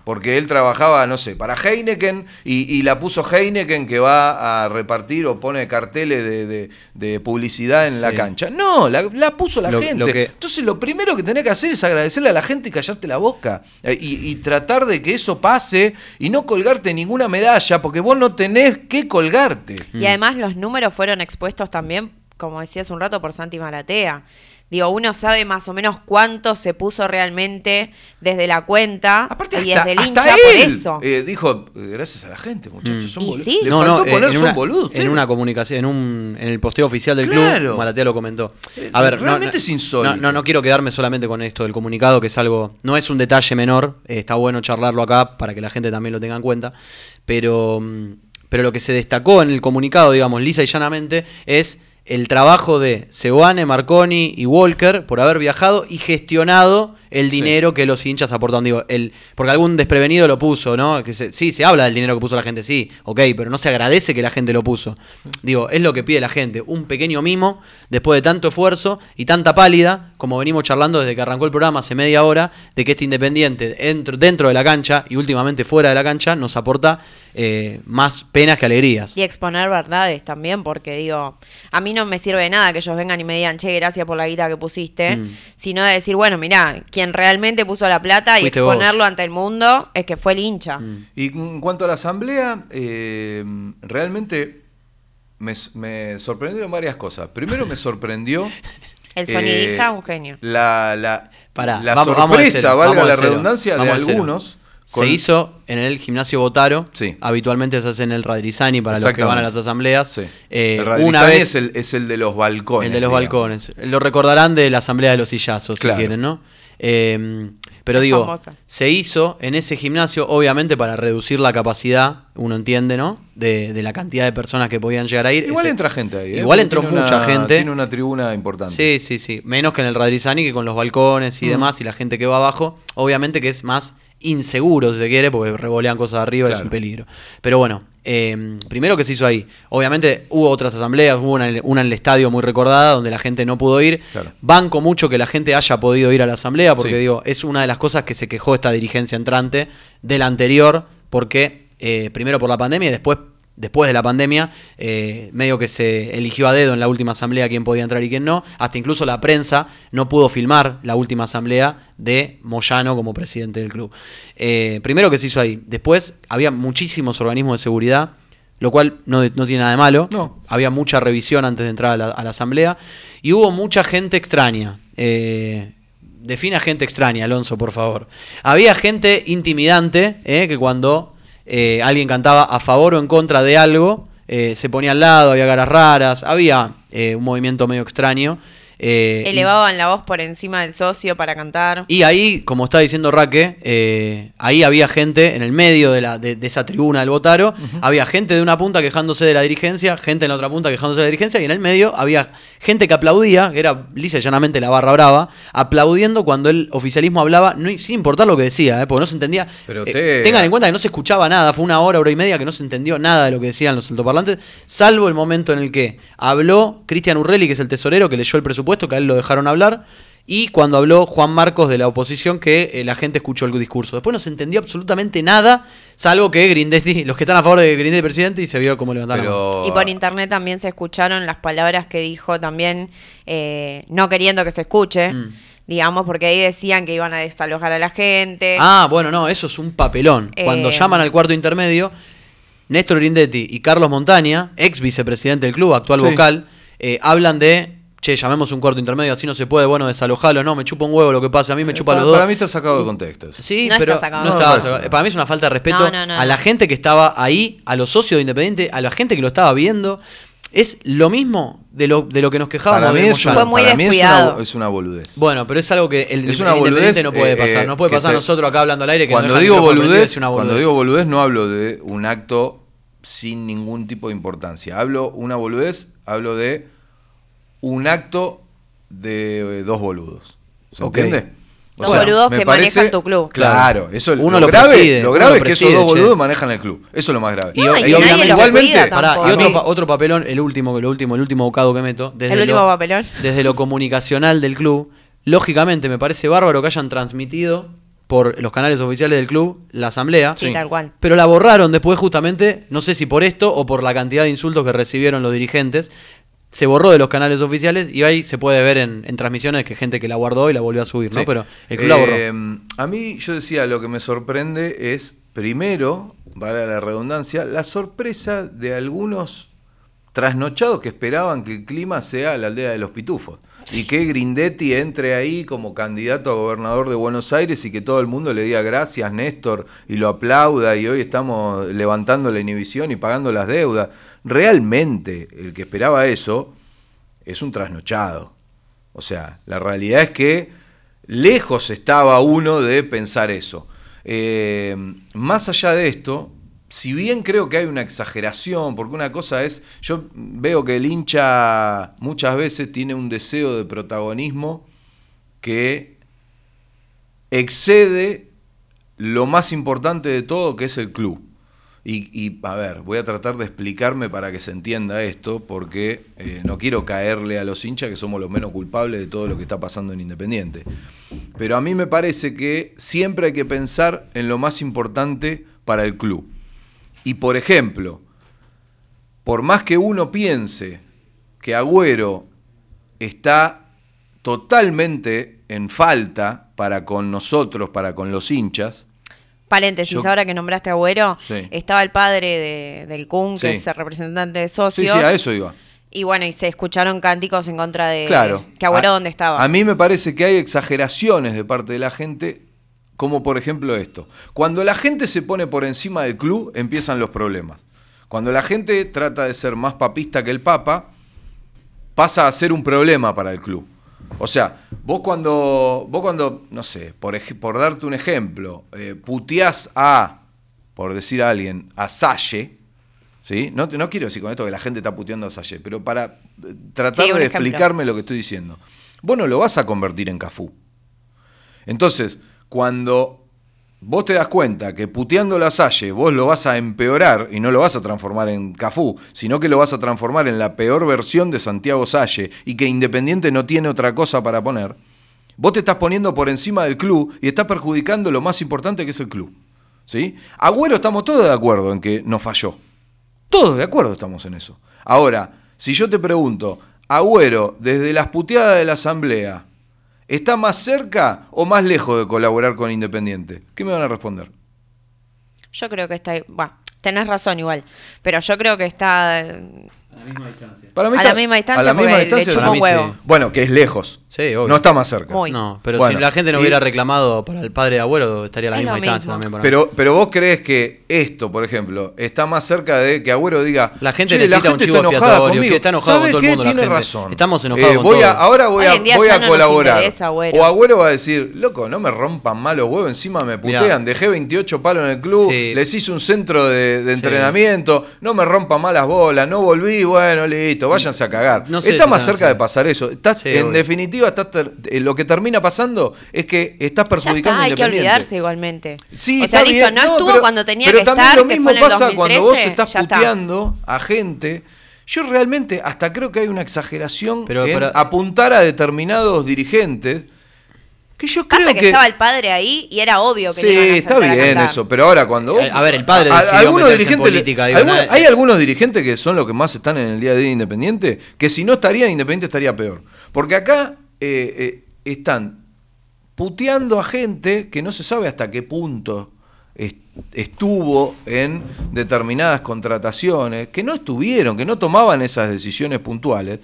porque él trabajaba, no sé, para Heineken y, y la puso Heineken que va a repartir o pone carteles de, de, de publicidad en sí. la cancha. No, la, la puso la lo, gente. Lo que... Entonces lo primero que tenés que hacer es agradecerle a la gente y callarte la boca. Eh, y, y tratar de que eso pase y no colgarte ninguna medalla, porque vos no tenés que colgarte. Y además los números fueron expuestos también, como decías un rato, por Santi Maratea. Digo, uno sabe más o menos cuánto se puso realmente desde la cuenta Aparte, y hasta, desde el hincha hasta por él, eso. Eh, dijo, gracias a la gente, muchachos, mm. son boludos. Sí. Le no, faltó no, poner en son una, boludos. En una comunicación, en un en el posteo oficial del claro. club, Maratea lo comentó. A ver, realmente no, es insólito. No, no, no quiero quedarme solamente con esto del comunicado, que es algo, no es un detalle menor, eh, está bueno charlarlo acá para que la gente también lo tenga en cuenta, pero, pero lo que se destacó en el comunicado, digamos, lisa y llanamente, es el trabajo de Seoane, Marconi y Walker por haber viajado y gestionado el dinero sí. que los hinchas aportan. Digo, el, porque algún desprevenido lo puso, ¿no? Que se, sí, se habla del dinero que puso la gente, sí, ok, pero no se agradece que la gente lo puso. Digo, es lo que pide la gente, un pequeño mimo después de tanto esfuerzo y tanta pálida, como venimos charlando desde que arrancó el programa hace media hora, de que este Independiente dentro, dentro de la cancha y últimamente fuera de la cancha nos aporta eh, más penas que alegrías. Y exponer verdades también, porque digo, a mí no me sirve de nada que ellos vengan y me digan, che, gracias por la guita que pusiste, mm. sino de decir, bueno, mirá, quien realmente puso la plata y Fuiste exponerlo vos. ante el mundo es que fue el hincha. Mm. Y en cuanto a la asamblea, eh, realmente me, me sorprendió en varias cosas. Primero me sorprendió... El sonidista, eh, un genio. La, la, Pará, la vamos, sorpresa, vamos valga la cero, redundancia, de algunos... Con... Se hizo en el gimnasio Botaro, sí. habitualmente se hace en el Radrizani para los que van a las asambleas. Sí. Eh, el Radrizani una vez, es, el, es el de los balcones. El de los digamos. balcones. Lo recordarán de la asamblea de los sillazos, claro. si quieren, ¿no? Eh, pero es digo, famosa. Se hizo en ese gimnasio, obviamente para reducir la capacidad, uno entiende, ¿no? De, de la cantidad de personas que podían llegar a ir. Igual ese, entra gente ahí. ¿eh? Igual entró tiene mucha una, gente. Tiene una tribuna importante. Sí, sí, sí. Menos que en el Radrizani, que con los balcones y mm. demás, y la gente que va abajo, obviamente que es más inseguro, si se quiere, porque revolean cosas arriba, claro. es un peligro. Pero bueno, eh, primero que se hizo ahí. Obviamente hubo otras asambleas, hubo una, una en el estadio muy recordada, donde la gente no pudo ir. Claro. Banco mucho que la gente haya podido ir a la asamblea, porque sí. digo, es una de las cosas que se quejó esta dirigencia entrante de la anterior, porque eh, primero por la pandemia y después Después de la pandemia, eh, medio que se eligió a dedo en la última asamblea quién podía entrar y quién no. Hasta incluso la prensa no pudo filmar la última asamblea de Moyano como presidente del club. Eh, primero que se hizo ahí. Después había muchísimos organismos de seguridad, lo cual no, no tiene nada de malo. No. Había mucha revisión antes de entrar a la, a la asamblea. Y hubo mucha gente extraña. Eh, defina gente extraña, Alonso, por favor. Había gente intimidante, eh, que cuando... Eh, alguien cantaba a favor o en contra de algo, eh, se ponía al lado, había caras raras, había eh, un movimiento medio extraño. Eh, Elevaban y, la voz por encima del socio para cantar. Y ahí, como está diciendo Raque, eh, ahí había gente en el medio de, la, de, de esa tribuna del Botaro, uh-huh. había gente de una punta quejándose de la dirigencia, gente en la otra punta quejándose de la dirigencia, y en el medio había gente que aplaudía, que era lisa y llanamente la barra brava, aplaudiendo cuando el oficialismo hablaba, no, sin importar lo que decía, eh, porque no se entendía. Pero te... eh, tengan en cuenta que no se escuchaba nada, fue una hora, hora y media que no se entendió nada de lo que decían los altoparlantes, salvo el momento en el que habló Cristian Urrelli, que es el tesorero, que leyó el presupuesto, que a él lo dejaron hablar, y cuando habló Juan Marcos de la oposición, que eh, la gente escuchó el discurso. Después no se entendió absolutamente nada, salvo que Grindetti, los que están a favor de Grindetti presidente, y se vio cómo levantaron. Pero... Y por internet también se escucharon las palabras que dijo también, eh, no queriendo que se escuche, mm. digamos, porque ahí decían que iban a desalojar a la gente. Ah, bueno, no, eso es un papelón. Eh... Cuando llaman al cuarto intermedio, Néstor Grindetti y Carlos Montaña, ex vicepresidente del club, actual sí. vocal, eh, hablan de... Che, llamemos un cuarto intermedio, así no se puede, bueno, desalojalo, no, me chupa un huevo lo que pasa, a mí me chupa para, los dos. Para mí está sacado de contexto. Sí, no pero está sacado. no no, estaba no, sacado. no. Para mí es una falta de respeto no, no, no, a la no. gente que estaba ahí, a los socios de Independiente, a la gente que lo estaba viendo. Es lo mismo de lo, de lo que nos quejábamos Para mí, de es una, Fue muy para mí es, descuidado. una, es una boludez. Bueno, pero es algo que el, Es una el Independiente boludez, no puede eh, pasar. No puede que pasar se- nosotros acá hablando al aire que Cuando nos dejan digo el micrófono prendido y boludez, decir una cuando boludez. digo boludez no hablo de un acto sin ningún tipo de importancia. Hablo una boludez, hablo de un acto de eh, dos boludos. ¿Se Ok. entiende? O Dos boludos que manejan tu club. Claro, eso Uno lo, lo grave, preside, lo uno grave lo es que esos preside, dos che. boludos manejan el club. Eso es lo más grave. Y, No, y y que nadie obviamente, los igualmente, cuida pará, tampoco. y a otro, mí- pa- otro papelón, el último, lo último, el último bocado que meto. Desde El último lo, papelón. Desde lo comunicacional del club, lógicamente me parece bárbaro que hayan transmitido por los canales oficiales del club la asamblea. Sí, tal cual. Pero la borraron después justamente, no sé si por esto o por la cantidad de insultos que recibieron los dirigentes. Se borró de los canales oficiales y ahí se puede ver en, en transmisiones que gente que la guardó y la volvió a subir, ¿no? Sí. Pero el club la borró. Eh, a mí, yo decía, lo que me sorprende es, primero, vale la redundancia, la sorpresa de algunos trasnochados que esperaban que el clima sea la aldea de los pitufos. Sí. Y que Grindetti entre ahí como candidato a gobernador de Buenos Aires y que todo el mundo le diga gracias, Néstor, y lo aplauda, y hoy estamos levantando la inhibición y pagando las deudas. Realmente, el que esperaba eso es un trasnochado. O sea, la realidad es que lejos estaba uno de pensar eso. Eh, más allá de esto, si bien creo que hay una exageración, porque una cosa es, yo veo que el hincha muchas veces tiene un deseo de protagonismo que excede lo más importante de todo, que es el club. Y, y a ver, voy a tratar de explicarme para que se entienda esto, porque eh, no quiero caerle a los hinchas, que somos los menos culpables de todo lo que está pasando en Independiente. Pero a mí me parece que siempre hay que pensar en lo más importante para el club. Y por ejemplo, por más que uno piense que Agüero está totalmente en falta para con nosotros, para con los hinchas. Paréntesis, yo, ahora que nombraste a Agüero, sí. Estaba el padre de, del Kun, que sí. es el representante de socios. Sí, sí, a eso iba. Y bueno, y se escucharon cánticos en contra de claro. que Agüero a, dónde estaba. A mí me parece que hay exageraciones de parte de la gente, como por ejemplo esto. Cuando la gente se pone por encima del club, empiezan los problemas. Cuando la gente trata de ser más papista que el Papa, pasa a ser un problema para el club. O sea, vos cuando, vos cuando no sé, por, ej- por darte un ejemplo, eh, puteás a, por decir a alguien, a Salle, ¿sí? No, no quiero decir con esto que la gente está puteando a Salle, pero para tratar sí, de ejemplo. explicarme lo que estoy diciendo. Vos no lo vas a convertir en Cafú. Entonces, cuando vos te das cuenta que puteando la Salle vos lo vas a empeorar y no lo vas a transformar en Cafú, sino que lo vas a transformar en la peor versión de Santiago Salle y que Independiente no tiene otra cosa para poner, vos te estás poniendo por encima del club y estás perjudicando lo más importante que es el club. ¿Sí? Agüero, estamos todos de acuerdo en que nos falló. Todos de acuerdo estamos en eso. Ahora, si yo te pregunto, Agüero, desde las puteadas de la asamblea, ¿está más cerca o más lejos de colaborar con Independiente? ¿Qué me van a responder? Yo creo que está... Bueno, tenés razón igual, pero yo creo que está... A la misma distancia. Para mí a está, la misma distancia, a la misma distancia le chupó un huevo. Sí. Bueno, que es lejos. Sí, obvio. No está más cerca. Muy. No, pero bueno, si la gente no y, hubiera reclamado para el padre de Agüero, estaría a la es misma lo distancia mismo. también. Para pero, pero vos crees que esto, por ejemplo, está más cerca de que Agüero diga... La gente che, necesita la gente un chivo está enojada expiatorio, conmigo. que está enojado ¿Sabe con todo el qué? mundo. La Tiene gente. razón. Estamos enojados Eh, con voy todo. a, ahora voy Hoy a, en día voy ya a no nos colaborar. interesa, Agüero. O Agüero va a decir, loco, no me rompan mal los huevos, encima me putean. Mirá. Dejé veintiocho palos en el club, Sí. les hice un centro de, de Sí. entrenamiento, no me rompan mal las bolas, no volví, bueno, listo, váyanse a cagar. No sé está si más tan cerca así. de pasar eso. Estás, Sí, en obvio. definitiva, estás ter- eh, lo que termina pasando es que estás Ya perjudicando está, a hay que Independiente. olvidarse igualmente. Sí, o sea, está listo, bien. no estuvo pero, cuando tenía pero que también estar, lo que mismo fue en el pasa dos mil trece, cuando vos estás ya está. puteando a gente. Yo realmente hasta creo que hay una exageración Pero, en pero- apuntar a determinados dirigentes que yo creo Pasa que, que... estaba el padre ahí y era obvio que Sí, le iban a está sacar a bien cantar. eso, pero ahora cuando vos... A- a ver, el padre a- a- decidió algunos meterse en dirigentes le- política, digo, algunos- nada- hay algunos dirigentes que son los que más están en el día a día de Independiente, que si no estarían Independiente estaría peor. Porque acá eh, eh, están puteando a gente que no se sabe hasta qué punto est- estuvo en determinadas contrataciones, que no estuvieron, que no tomaban esas decisiones puntuales.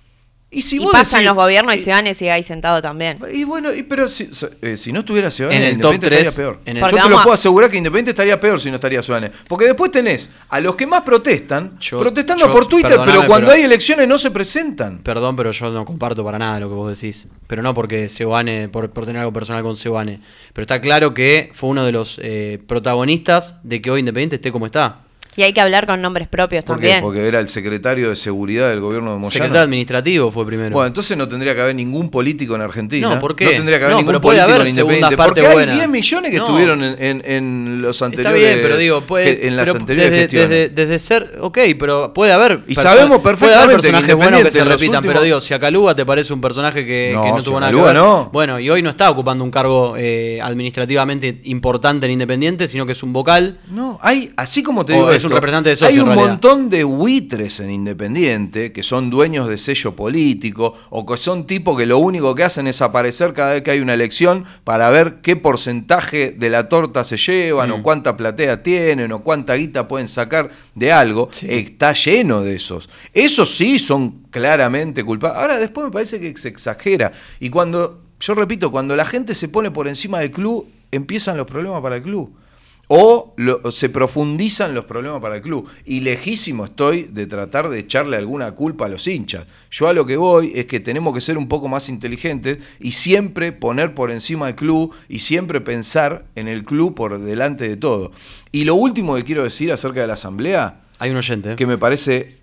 Y si Y vos pasan decís- los gobiernos y y- Ciudadanos sigue ahí sentado también. y bueno, y pero si, eh, si no estuviera Ciudadanos, En el top Independiente tres, estaría peor. en el- Yo Porque te lo vamos a- puedo asegurar que Independiente estaría peor si no estaría Ciudadanos. Porque después tenés a los que más protestan, Yo- protestando yo- por Twitter, perdóname, pero cuando pero- hay elecciones no se presentan. Perdón, pero yo no comparto para nada lo que vos decís. Pero no porque Seoane, por, por tener algo personal con Seoane. Pero está claro que fue uno de los eh, protagonistas de que hoy Independiente esté como está. Y hay que hablar con nombres propios ¿Por también. qué? Porque era el secretario de seguridad del gobierno de Moyano. Secretario administrativo fue primero. Bueno, entonces no tendría que haber ningún político en Argentina. No, ¿por qué? No tendría que haber No, ningún pero puede político haber en segundas Independiente. partes Porque buenas. hay diez millones que No. estuvieron en, en, en los anteriores. Está bien, pero digo, puede, en las pero anteriores desde, gestiones. desde, desde ser, ok, pero puede haber. Y perso- sabemos puede haber perfectamente personajes que buenos que se Independiente en los repitan, últimos- pero digo, si a Caluga te parece un personaje que No, que no si tuvo a nada que Caluga ver. no. Bueno, y hoy no está ocupando un cargo eh, administrativamente importante en Independiente, sino que es un vocal. No, hay, así como te O digo es esto, un representante de socio, hay en un realidad. montón de buitres en Independiente que son dueños de sello político o que son tipos que lo único que hacen es aparecer cada vez que hay una elección para ver qué porcentaje de la torta se llevan Mm. o cuánta platea tienen o cuánta guita pueden sacar de algo. Sí. Está lleno de esos. Esos sí son claramente culpables. Ahora después me parece que se exagera. Y cuando, yo repito, cuando la gente se pone por encima del club, empiezan los problemas para el club. O, lo, o se profundizan los problemas para el club. Y lejísimo estoy de tratar de echarle alguna culpa a los hinchas. Yo a lo que voy es que tenemos que ser un poco más inteligentes y siempre poner por encima del club y siempre pensar en el club por delante de todo. Y lo último que quiero decir acerca de la asamblea, Hay un oyente. que me parece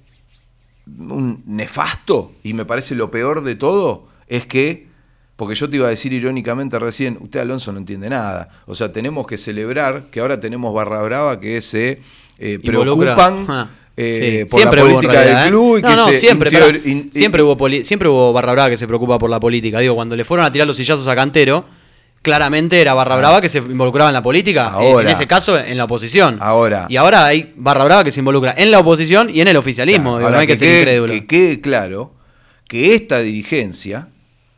un nefasto y me parece lo peor de todo, es que, porque yo te iba a decir irónicamente recién, usted Alonso no entiende nada. O sea, tenemos que celebrar que ahora tenemos barra brava que se eh, Involucra. preocupan Ah, eh, sí. por Siempre la hubo en política realidad, del ¿eh? club y no, que no, se siempre, interior- pará. in- siempre hubo poli- siempre hubo barra brava que se preocupa por la política. Digo, cuando le fueron a tirar los sillazos a Cantero, claramente era barra brava que se involucraba en la política. Ahora. en ese caso, en la oposición. Ahora. Y ahora hay barra brava que se involucra en la oposición y en el oficialismo. Claro, Digo, ahora no hay que, ser quede, incrédulo. que quede claro que esta dirigencia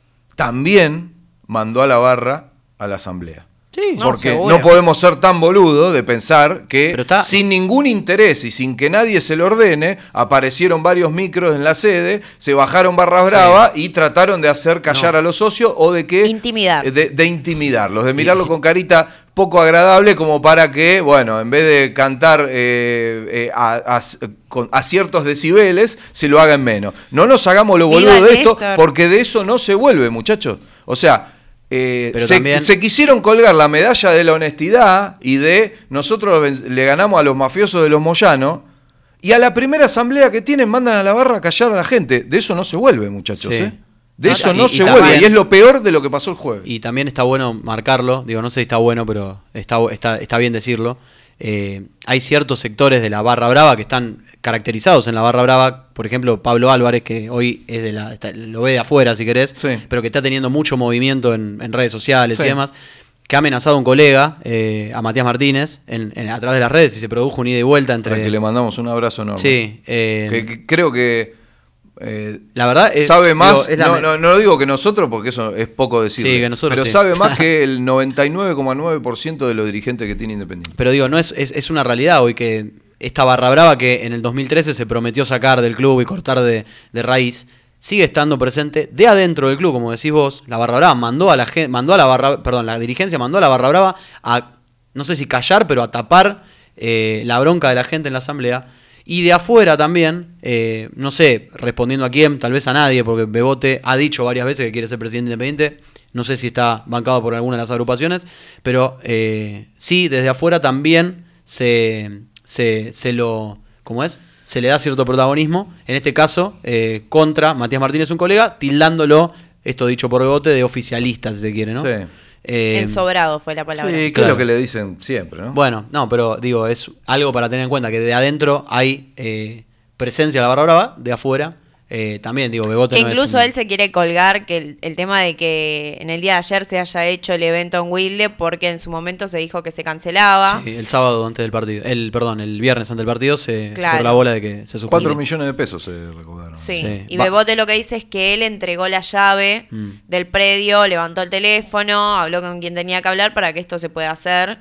también mandó a la barra a la asamblea. Sí, No, Porque seguro. no podemos ser tan boludos de pensar que Pero está- sin ningún interés y sin que nadie se lo ordene, aparecieron varios micros en la sede, se bajaron barras Sí. bravas y trataron de hacer callar No. a los socios o de que... Intimidar. De, de intimidarlos, de mirarlo con carita poco agradable como para que, bueno, en vez de cantar eh, eh, a, a- con, a ciertos decibeles, se lo hagan menos. No nos hagamos lo Viva boludo de esto, Néstor. porque de eso no se vuelve, muchachos. O sea... Eh, Pero se, también- se quisieron colgar la medalla de la honestidad y de nosotros ven- le ganamos a los mafiosos de los Moyanos y a la primera asamblea que tienen mandan a la barra a callar a la gente. De eso no se vuelve, muchachos. Sí. ¿eh? De Ah, eso y- no y se también- vuelve y es lo peor de lo que pasó el jueves. Y también está bueno marcarlo, digo, no sé si está bueno, pero está, está, está bien decirlo. Eh, hay ciertos sectores de la barra brava que están caracterizados en la barra brava, por ejemplo, Pablo Álvarez, que hoy es de la, está- lo ve de afuera si querés, Sí. pero que está teniendo mucho movimiento en, en redes sociales Sí. y demás, que ha amenazado a un colega, eh, a Matías Martínez, en, en- a través de las redes, y se produjo un ida y vuelta Al que entre... le mandamos un abrazo enorme. Sí, eh, Que, que creo que eh, la verdad es, sabe digo, más, es la no, me- no, no lo digo que nosotros porque eso es poco decirlo, Sí, que nosotros pero sí. sabe más que el noventa y nueve coma nueve por ciento de los dirigentes que tiene Independiente. Pero digo, no es, es, es una realidad hoy que esta barra brava que en el dos mil trece se prometió sacar del club y cortar de, de raíz, sigue estando presente de adentro del club, como decís vos. La barra brava mandó a la gente, mandó a la barra, perdón, la dirigencia mandó a la barra brava a, no sé si callar, pero a tapar eh, la bronca de la gente en la asamblea. Y de afuera también, eh, no sé, respondiendo a quién, tal vez a nadie, porque Bebote ha dicho varias veces que quiere ser presidente independiente. No sé si está bancado por alguna de las agrupaciones, pero eh, sí, desde afuera también se, se, se lo, ¿cómo es? Se le da cierto protagonismo, en este caso, eh, contra Matías Martínez, un colega, tildándolo, esto dicho por Bebote, de oficialista, si se quiere, ¿no? Sí. Eh, Ensobrado fue la palabra. Sí, que Claro. es lo que le dicen siempre, ¿no? Bueno, no, pero digo, es algo para tener en cuenta, que de adentro hay eh, presencia de la barra brava, de afuera eh, también, digo, Bebote Que no es incluso un- él se quiere colgar que el, el tema de que en el día de ayer se haya hecho el evento en Wilde porque en su momento se dijo que se cancelaba. Sí, el sábado antes del partido, el perdón, el viernes antes del partido se, se Claro. corrió la bola de que se suspendió. Cuatro millones de pesos se recaudaron. Sí. Sí. Y Va- Bebote lo que dice es que él entregó la llave Mm. del predio, levantó el teléfono, habló con quien tenía que hablar para que esto se pueda hacer.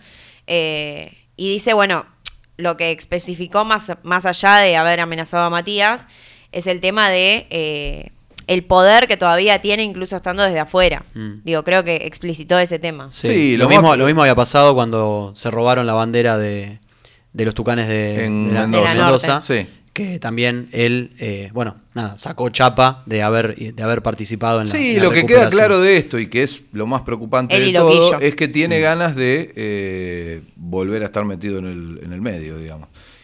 Eh, y dice, bueno, lo que especificó más, más allá de haber amenazado a Matías es el tema de eh, el poder que todavía tiene incluso estando desde afuera. Mm. Digo, creo que explicitó ese tema. Sí, Sí, lo, lo mismo, más- lo mismo había pasado cuando se robaron la bandera de, de los Tucanes de, En de la- Mendoza. de la Mendoza, Sí. que también él, eh, bueno, nada, sacó chapa de haber, de haber participado en la Sí, en la lo que queda recuperación. claro de esto y que es lo más preocupante Él y de todo Loquillo. es que tiene ganas de eh, volver a estar metido en el, en el medio, digamos.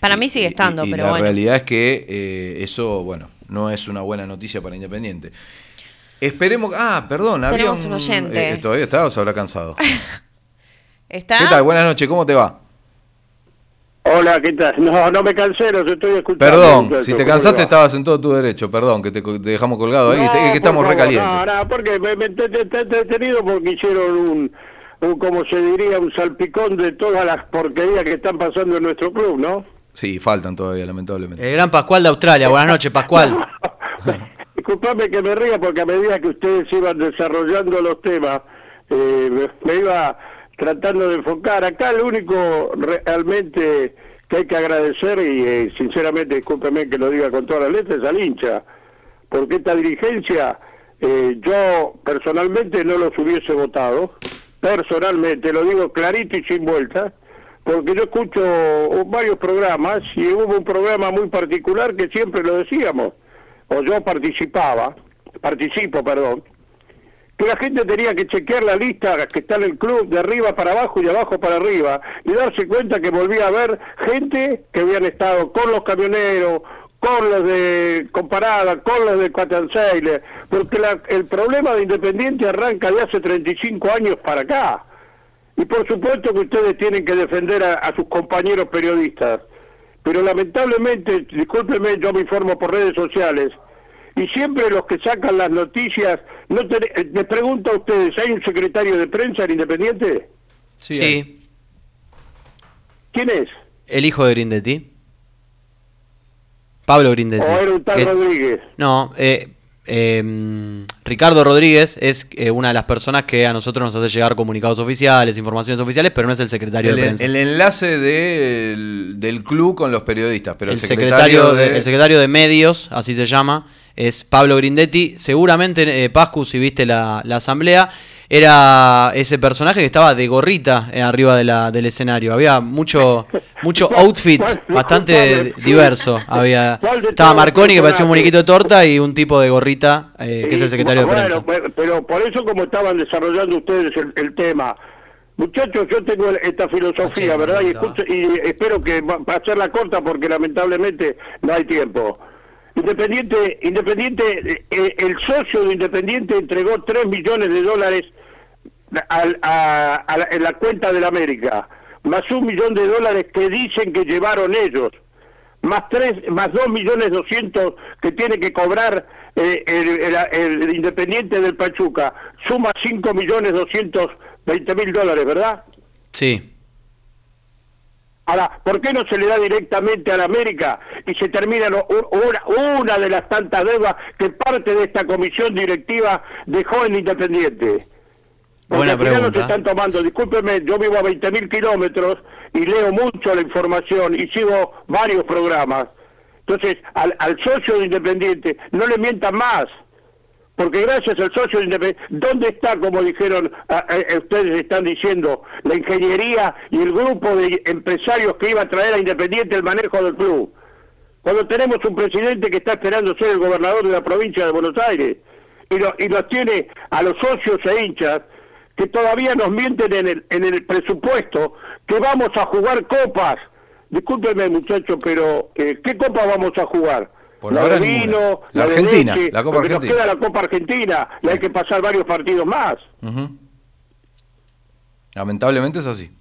Para mí sigue estando, y, y pero la bueno. La realidad es que eh, eso, bueno, no es una buena noticia para Independiente. Esperemos... Ah, perdón, había Tenemos un, un oyente. Eh, ¿Todavía está o se habrá cansado? ¿Está? ¿Qué tal? Buenas noches, ¿cómo te va? Hola, ¿qué tal? No, no me cansé, los estoy escuchando. Perdón, muchacho, si te cansaste estabas en todo tu derecho, perdón, que te, te dejamos colgado ahí, no, que, que estamos por favor, recalientes. No, no, porque me, me te, te, te he detenido porque hicieron un, un, como se diría, un salpicón de todas las porquerías que están pasando en nuestro club, ¿no? Sí, faltan todavía, lamentablemente. El gran Pascual de Australia, buenas noches, Pascual. Disculpame que me ría porque a medida que ustedes iban desarrollando los temas, eh, me, me iba tratando de enfocar. Acá el único realmente que hay que agradecer, y eh, sinceramente, discúlpeme que lo diga con todas las letras, es al hincha, porque esta dirigencia, eh, yo personalmente no los hubiese votado, personalmente, lo digo clarito y sin vuelta, porque yo escucho varios programas, y hubo un programa muy particular que siempre lo decíamos, o yo participaba, participo, perdón, que la gente tenía que chequear la lista que está en el club de arriba para abajo y de abajo para arriba y darse cuenta que volvía a haber gente que habían estado con los camioneros, con los de Comparada, con los de Cuatanceile, porque la, el problema de Independiente arranca de hace treinta y cinco años para acá. Y por supuesto que ustedes tienen que defender a, a sus compañeros periodistas, pero lamentablemente, discúlpenme, yo me informo por redes sociales, y siempre los que sacan las noticias, no te, les pregunto a ustedes, ¿hay un secretario de prensa en Independiente? Sí. sí. ¿Quién es? El hijo de Grindetti. Pablo Grindetti. ¿O era un tal eh, Rodríguez? No, eh, eh, Ricardo Rodríguez es eh, una de las personas que a nosotros nos hace llegar comunicados oficiales, informaciones oficiales, pero no es el secretario el, de prensa. El enlace de, el, del club con los periodistas, pero el, el secretario, secretario de... de, el secretario de medios, así se llama, es Pablo Grindetti. Seguramente, eh, Pascu, si viste la, la asamblea, era ese personaje que estaba de gorrita eh, arriba de la, del escenario. Había mucho mucho outfit bastante diverso. Había Estaba Marconi, que parecía un muñequito de torta, y un tipo de gorrita, eh, que es el secretario bueno, de prensa. Pero, pero por eso, como estaban desarrollando ustedes el, el tema, muchachos, yo tengo esta filosofía, ¿verdad? Y, escucho, y espero que va a hacerla corta porque lamentablemente no hay tiempo. Independiente, Independiente, eh, el socio de Independiente entregó tres millones de dólares a, a, a la, en la cuenta de la América, más un millón de dólares que dicen que llevaron ellos, más tres, más dos millones doscientos que tiene que cobrar eh, el, el, el Independiente del Pachuca, suma cinco millones doscientos veinte mil dólares, ¿verdad? Sí. Ahora, ¿por qué no se le da directamente a la América y se termina una, una de las tantas deudas que parte de esta comisión directiva dejó en Independiente? Porque Buena al final pregunta. no se están tomando, discúlpeme, yo vivo a veinte mil kilómetros y leo mucho la información y sigo varios programas. Entonces, al, al socio de Independiente no le mientan más, porque gracias al socio de Independiente, ¿dónde está, como dijeron, a, a, ustedes están diciendo, la ingeniería y el grupo de empresarios que iba a traer a Independiente el manejo del club? Cuando tenemos un presidente que está esperando ser el gobernador de la provincia de Buenos Aires, y, lo, y los tiene a los socios e hinchas, que todavía nos mienten en el, en el presupuesto, que vamos a jugar copas. Discúlpenme, muchachos, pero eh, ¿qué copa vamos a jugar? Por la ahora de vino, la, la de Argentina, leche, la Copa porque Argentina. nos queda la Copa Argentina y hay que pasar varios partidos más. Uh-huh. Lamentablemente es así.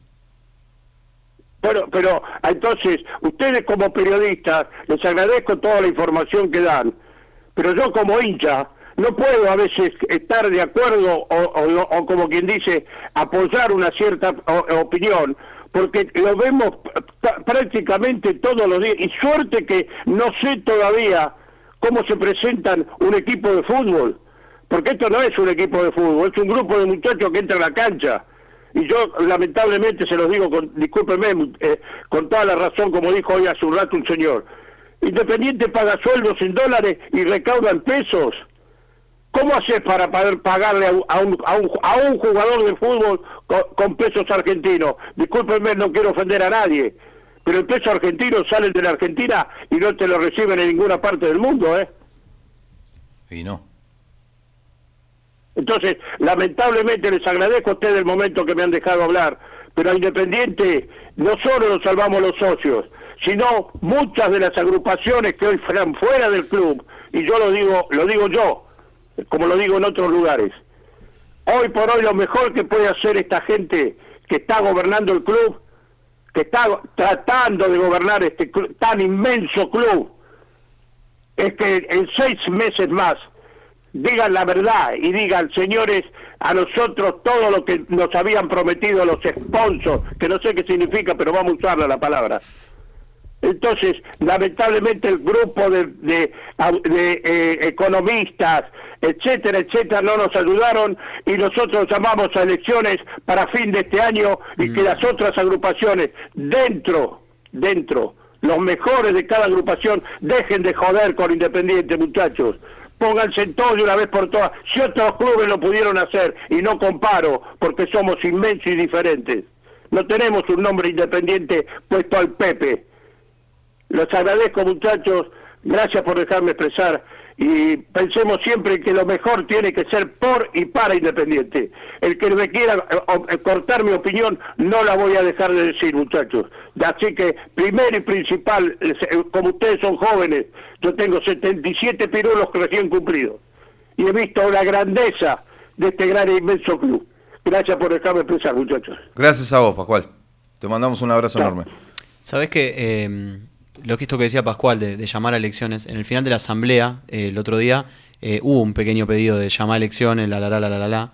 Bueno, pero entonces, ustedes como periodistas, les agradezco toda la información que dan, pero yo como hincha, no puedo a veces estar de acuerdo o, o, o como quien dice, apoyar una cierta o, opinión, porque lo vemos prácticamente todos los días, y suerte que no sé todavía cómo se presentan un equipo de fútbol, porque esto no es un equipo de fútbol, es un grupo de muchachos que entran a la cancha, y yo lamentablemente se los digo, con, discúlpenme, eh, con toda la razón, como dijo hoy hace un rato un señor, Independiente paga sueldos en dólares y recauda en pesos. ¿Cómo haces para poder pagarle a un, a un, a un, a un jugador de fútbol con, con pesos argentinos? Discúlpenme, no quiero ofender a nadie, pero el peso argentino sale de la Argentina y no te lo reciben en ninguna parte del mundo, ¿eh? Y no. Entonces, lamentablemente les agradezco a ustedes el momento que me han dejado hablar, pero a Independiente no solo lo salvamos los socios, sino muchas de las agrupaciones que hoy están fuera del club, y yo lo digo, lo digo yo, como lo digo en otros lugares. Hoy por hoy lo mejor que puede hacer esta gente que está gobernando el club, que está tratando de gobernar este club, tan inmenso club, es que en seis meses más digan la verdad y digan, señores, a nosotros todo lo que nos habían prometido los sponsors, que no sé qué significa, pero vamos a usarla la palabra. Entonces, lamentablemente el grupo de, de, de eh, economistas, etcétera, etcétera, no nos ayudaron y nosotros llamamos a elecciones para fin de este año y mm. que las otras agrupaciones dentro, dentro, los mejores de cada agrupación dejen de joder con Independiente, muchachos. Pónganse en todo de una vez por todas. Si otros clubes lo pudieron hacer, y no comparo, porque somos inmensos y diferentes. No tenemos un nombre Independiente puesto al Pepe. Los agradezco, muchachos, gracias por dejarme expresar, y pensemos siempre que lo mejor tiene que ser por y para Independiente. El que me quiera eh, cortar mi opinión, no la voy a dejar de decir, muchachos. Así que, primero y principal, eh, como ustedes son jóvenes, yo tengo setenta y siete pirulos recién cumplidos, y he visto la grandeza de este gran e inmenso club. Gracias por dejarme expresar, muchachos. Gracias a vos, Pascual. Te mandamos un abrazo Chao. enorme. ¿Sabés que eh, lo que esto que decía Pascual de, de llamar a elecciones, en el final de la asamblea, eh, el otro día, eh, hubo un pequeño pedido de llamar a elecciones, la la la la la la la.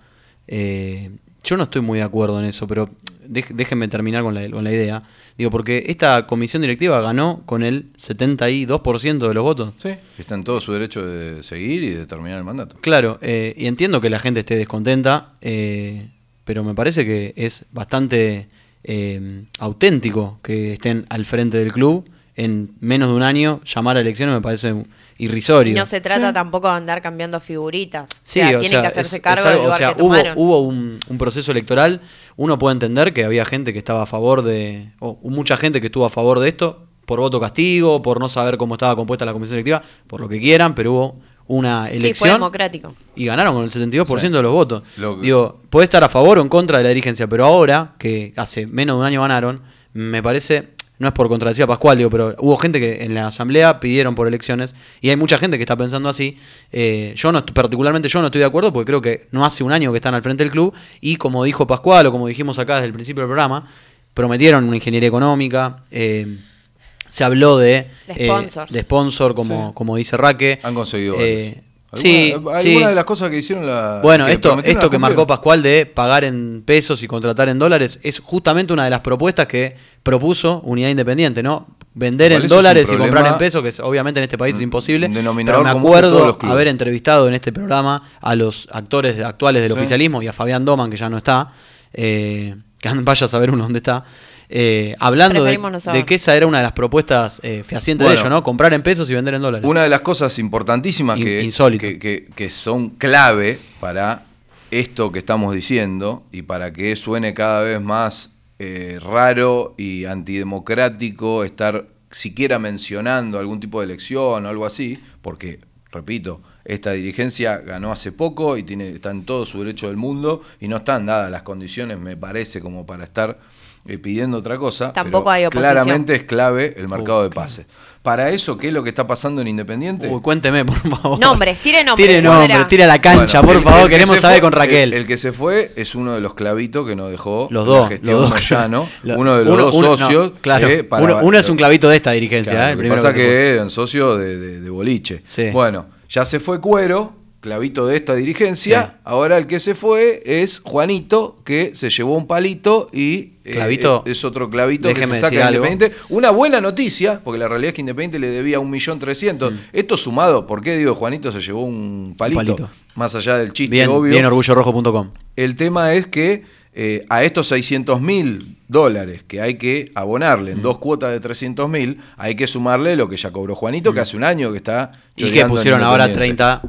Eh, yo no estoy muy de acuerdo en eso, pero déjenme terminar con la, con la idea. Digo, porque esta comisión directiva ganó con el setenta y dos por ciento de los votos. Sí, está en todo su derecho de seguir y de terminar el mandato. Claro, eh, y entiendo que la gente esté descontenta, eh, pero me parece que es bastante eh, auténtico que estén al frente del club. En menos de un año, llamar a elecciones me parece irrisorio. Y no se trata sí. tampoco de andar cambiando figuritas. Sí, o sea, o tienen sea, que hacerse es, cargo es algo, del lugar o sea, que hubo, tomaron. hubo un, un proceso electoral. Uno puede entender que había gente que estaba a favor de, o mucha gente que estuvo a favor de esto, por voto castigo, por no saber cómo estaba compuesta la comisión electiva, por lo que quieran, pero hubo una elección. Sí, fue democrático. Y ganaron con el setenta y dos por ciento sí. de los votos. Lo que... Digo, puede estar a favor o en contra de la dirigencia, pero ahora, que hace menos de un año ganaron, me parece... No es por contradecir a Pascual, digo, pero hubo gente que en la asamblea pidieron por elecciones y hay mucha gente que está pensando así. Eh, yo no, particularmente yo no estoy de acuerdo porque creo que no hace un año que están al frente del club y como dijo Pascual o como dijimos acá desde el principio del programa, prometieron una ingeniería económica, eh, se habló de, de sponsors, eh, de sponsor como, sí. como dice Raque. Han conseguido. Eh, ¿Alguna, sí, alguna sí. de las cosas que hicieron la... Bueno, que esto, esto que marcó Pascual Pascual de pagar en pesos y contratar en dólares es justamente una de las propuestas que propuso Unidad Independiente, ¿no? Vender en dólares y comprar en pesos, que es, obviamente en este país es imposible. Pero me acuerdo haber entrevistado en este programa a los actores actuales del sí. oficialismo y a Fabián Doman, que ya no está, eh, que vaya a saber uno dónde está. Eh, hablando de, no de que esa era una de las propuestas eh, fehacientes bueno, de ellos, ¿no? Comprar en pesos y vender en dólares. Una de las cosas importantísimas que, que, que, que son clave para esto que estamos diciendo y para que suene cada vez más eh, raro y antidemocrático estar siquiera mencionando algún tipo de elección o algo así, porque, repito, esta dirigencia ganó hace poco y tiene, está en todo su derecho del mundo y no están dadas las condiciones, me parece, como para estar Eh, pidiendo otra cosa. Tampoco pero hay oposición. Claramente es clave el mercado uh, de pases. Para eso, ¿qué es lo que está pasando en Independiente? Uy, cuénteme, por favor. Nombres, tire nombres. Tire nombres, tire a la cancha, bueno, por el, favor, el queremos saber fue, con Raquel. El, el que se fue es uno de los clavitos que nos dejó los dos, la gestión los Moyano, lo, uno de los uno, dos uno, socios. No, claro, eh, para, uno, uno es un clavito de esta dirigencia. Claro, eh, lo que pasa que, que eran socios de, de, de boliche. Sí. Bueno, ya se fue Cuero, clavito de esta dirigencia. Sí. Ahora el que se fue es Juanito, que se llevó un palito y ¿Clavito? Eh, es otro clavito que se saca de Independiente. Una buena noticia, porque la realidad es que Independiente le debía un millón trescientos. Mm. Esto sumado, ¿por qué digo Juanito se llevó un palito? Un palito. Más allá del chiste bien, obvio. Bien orgullo rojo punto com. El tema es que eh, a estos seiscientos mil dólares que hay que abonarle en mm. dos cuotas de trescientos mil, hay que sumarle lo que ya cobró Juanito, mm. que hace un año que está... Y que pusieron ahora treinta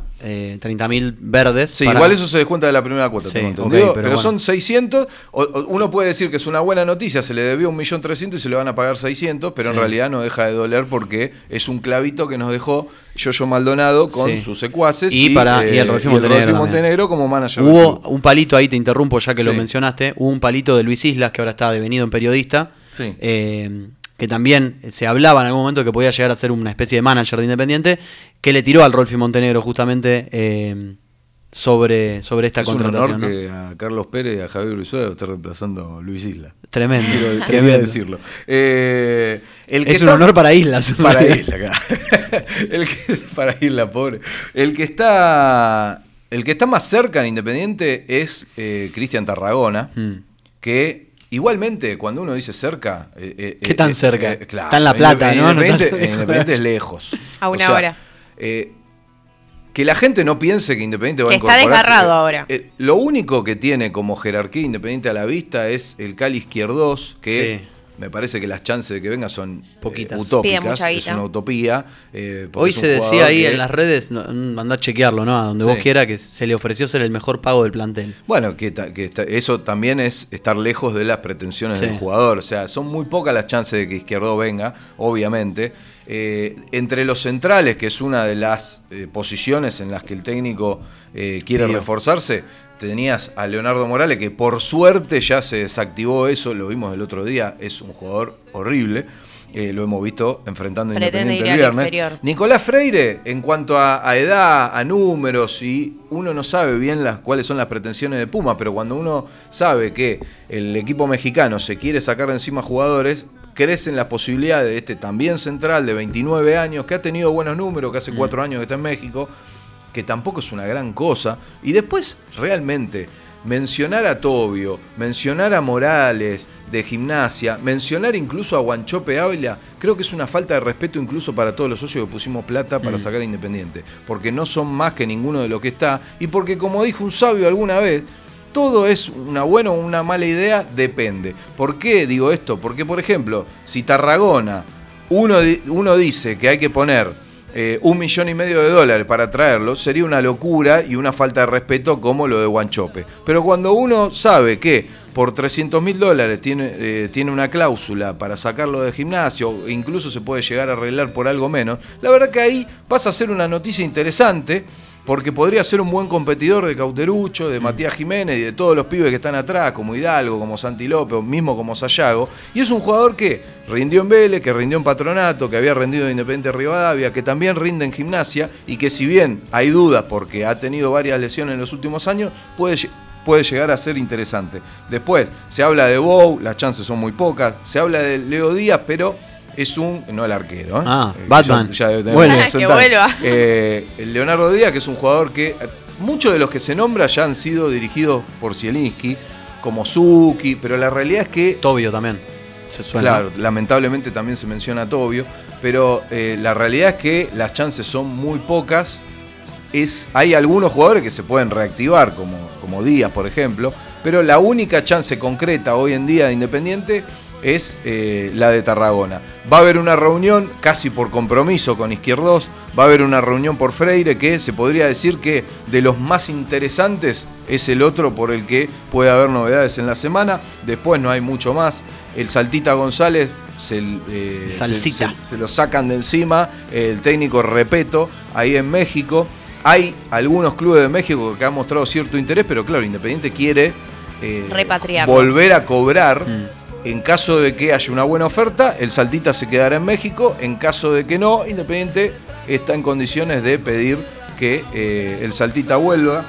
mil verdes. Sí, para... igual eso se descuenta de la primera cuota, sí, tengo entendido. Okay, pero pero bueno. Son seiscientos, o, o uno puede decir que es una buena noticia, se le debió un millón trescientos y se le van a pagar seiscientos, pero sí. en realidad no deja de doler porque es un clavito que nos dejó Yoyo Maldonado con sí. sus secuaces y, y, para, eh, y el Rolfi Montenegro, Montenegro como manager. Hubo un palito, ahí te interrumpo ya que sí. lo mencionaste, hubo un palito de Luis Islas, que ahora está devenido en periodista, sí. eh, que también se hablaba en algún momento que podía llegar a ser una especie de manager de Independiente, que le tiró al Rolfi Montenegro justamente eh, sobre, sobre esta es contratación. Es un honor, ¿no? que a Carlos Pérez y a Javier Brizuela lo esté reemplazando Luis Isla. Tremendo. Quiero, tremendo. Quería decirlo. Eh, el que es está, un honor para Islas. Para Isla, acá. el que, para Isla, pobre. El que está, el que está más cerca en Independiente es eh, Cristian Tarragona, mm. que... Igualmente, cuando uno dice cerca... Eh, ¿Qué tan eh, cerca? Eh, claro, está en La Plata, ¿no? Independiente, no Independiente es lejos. A una o sea, hora. Eh, que la gente no piense que Independiente va que a incorporar... está desgarrado eh, ahora. Eh, lo único que tiene como jerarquía Independiente a la vista es el Cali Izquierdos, que... Sí. Me parece que las chances de que venga son poquitas, eh, utópicas, es una utopía. Eh, Hoy se decía ahí que... en las redes, no, andá a chequearlo, ¿no? A donde sí. vos quieras, que se le ofreció ser el mejor pago del plantel. Bueno, que, que está, eso también es estar lejos de las pretensiones sí. del jugador. O sea, son muy pocas las chances de que Izquierdo venga, obviamente. Eh, entre los centrales, que es una de las eh, posiciones en las que el técnico eh, quiere sí. reforzarse, tenías a Leonardo Morales, que por suerte ya se desactivó eso, lo vimos el otro día, es un jugador horrible, eh, lo hemos visto enfrentando a Independiente el viernes. Nicolás Freire, en cuanto a, a edad, a números, y uno no sabe bien las cuáles son las pretensiones de Puma, pero cuando uno sabe que el equipo mexicano se quiere sacar de encima jugadores, crecen las posibilidades de este también central de veintinueve años, que ha tenido buenos números, que hace cuatro años que está en México, que tampoco es una gran cosa, y después realmente mencionar a Tobio, mencionar a Morales de Gimnasia, mencionar incluso a Wanchope Ávila, creo que es una falta de respeto incluso para todos los socios que pusimos plata para mm. sacar a Independiente, porque no son más que ninguno de lo que está, y porque como dijo un sabio alguna vez, todo es una buena o una mala idea, depende. ¿Por qué digo esto? Porque, por ejemplo, si Tarragona, uno, uno dice que hay que poner eh, un millón y medio de dólares para traerlo, sería una locura y una falta de respeto como lo de Wanchope. Pero cuando uno sabe que por trescientos mil dólares tiene, eh, tiene una cláusula para sacarlo de Gimnasio, incluso se puede llegar a arreglar por algo menos, la verdad que ahí pasa a ser una noticia interesante, porque podría ser un buen competidor de Cauterucho, de Matías Jiménez y de todos los pibes que están atrás, como Hidalgo, como Santi López, o mismo como Sayago. Y es un jugador que rindió en Vélez, que rindió en Patronato, que había rendido en Independiente Rivadavia, que también rinde en Gimnasia, y que si bien hay dudas porque ha tenido varias lesiones en los últimos años, puede, puede llegar a ser interesante. Después, se habla de Bou, las chances son muy pocas. Se habla de Leo Díaz, pero... es un, no el arquero, ¿eh? Ah, eh, Batman. Ya, ya debe tener vuelve. Que vuelva. Eh, el Leonardo Díaz, que es un jugador que muchos de los que se nombra ya han sido dirigidos por Zielinski, como Zucchi, pero la realidad es que... Tobio también. Se suena. Claro, lamentablemente también se menciona a Tobio, pero eh, la realidad es que las chances son muy pocas. Es, hay algunos jugadores que se pueden reactivar, como, como Díaz, por ejemplo, pero la única chance concreta hoy en día de Independiente es eh, la de Tarragona. Va a haber una reunión casi por compromiso con Izquierdos, va a haber una reunión por Freire, que se podría decir que de los más interesantes es el otro por el que puede haber novedades en la semana. Después no hay mucho más. El Saltita González se, eh, se, se, se lo sacan de encima, el técnico Repeto, ahí en México. Hay algunos clubes de México que han mostrado cierto interés, pero claro, Independiente quiere eh, repatriarlo, volver a cobrar. Mm. En caso de que haya una buena oferta, el Saltita se quedará en México. En caso de que no, Independiente está en condiciones de pedir que eh, el Saltita vuelva.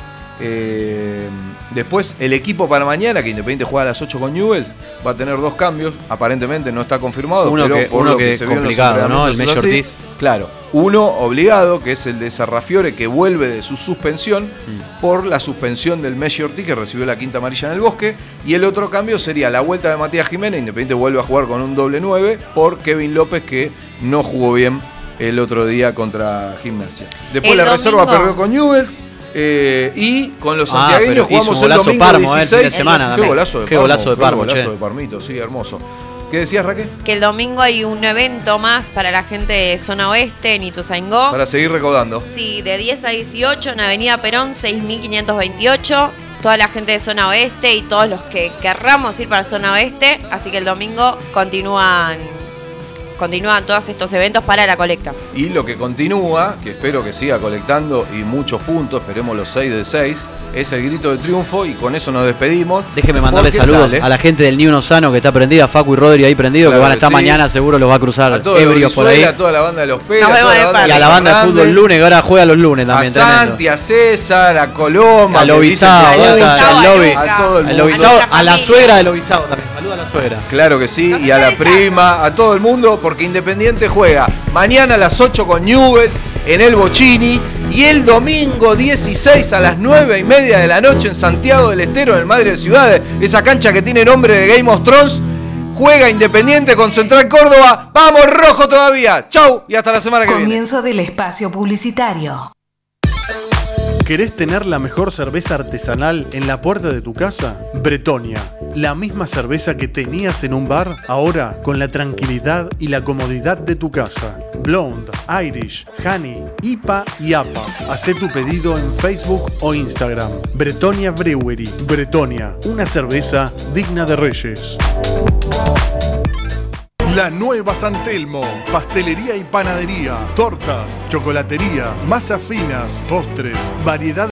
Eh, después, el equipo para mañana, que Independiente juega a las ocho con Newell's, va a tener dos cambios. Aparentemente no está confirmado. Uno pero que, por uno lo que, que es se complicado, ¿no? El Mesh Ortiz. Claro, uno obligado, que es el de Sarrafiore, que vuelve de su suspensión mm. por la suspensión del Mesh Ortiz, que recibió la quinta amarilla en el Bosque. Y el otro cambio sería la vuelta de Matías Jiménez. Independiente vuelve a jugar con un doble nueve por Kevin López, que no jugó bien el otro día contra Gimnasia. Después el la domingo. reserva perdió con Newell's. Eh, y con los ah, santiagueños jugamos el domingo Parmo, dieciséis. Eh, de semana, qué golazo de qué Parmo, golazo de Parmo, qué golazo che. de Parmito, sí, hermoso. ¿Qué decías, Raquel? Que el domingo hay un evento más para la gente de zona oeste en Ituzaingó. Para seguir recaudando. Sí, de diez a dieciocho en Avenida Perón seis mil quinientos veintiocho. Toda la gente de zona oeste y todos los que querramos ir para zona oeste. Así que el domingo continúan continúan todos estos eventos para la colecta. Y lo que continúa, que espero que siga colectando y muchos puntos, esperemos los seis de seis, es el grito de triunfo y con eso nos despedimos. Déjeme mandarle saludos dale. a la gente del Niuno Sano que está prendida, Facu y Rodri ahí prendido, claro que van a estar sí. mañana, seguro los va a cruzar a todo ebrios por ahí. A toda la banda de los Peras, a la banda y a la banda de fútbol lunes, que ahora juega los lunes también. A Santi, a César, a Coloma, a Lobizado, al lobby, a todo el mundo. Lobizado, a la suegra de Lobizado también. Saluda a la suegra. Claro que sí, y a la prima, a todo el mundo, porque Independiente juega mañana a las ocho con Newell's en el Bocini y el domingo dieciséis a las nueve y media de la noche en Santiago del Estero, en el Madre de Ciudades, esa cancha que tiene nombre de Game of Thrones. Juega Independiente con Central Córdoba. ¡Vamos, rojo todavía! ¡Chau! Y hasta la semana que viene. Comienzo del espacio publicitario. ¿Querés tener la mejor cerveza artesanal en la puerta de tu casa? Bretonia, la misma cerveza que tenías en un bar, ahora con la tranquilidad y la comodidad de tu casa. Blonde, Irish, Honey, I P A y A P A. Hacé tu pedido en Facebook o Instagram. Bretonia Brewery. Bretonia, una cerveza digna de reyes. La Nueva San Telmo, pastelería y panadería, tortas, chocolatería, masas finas, postres, variedad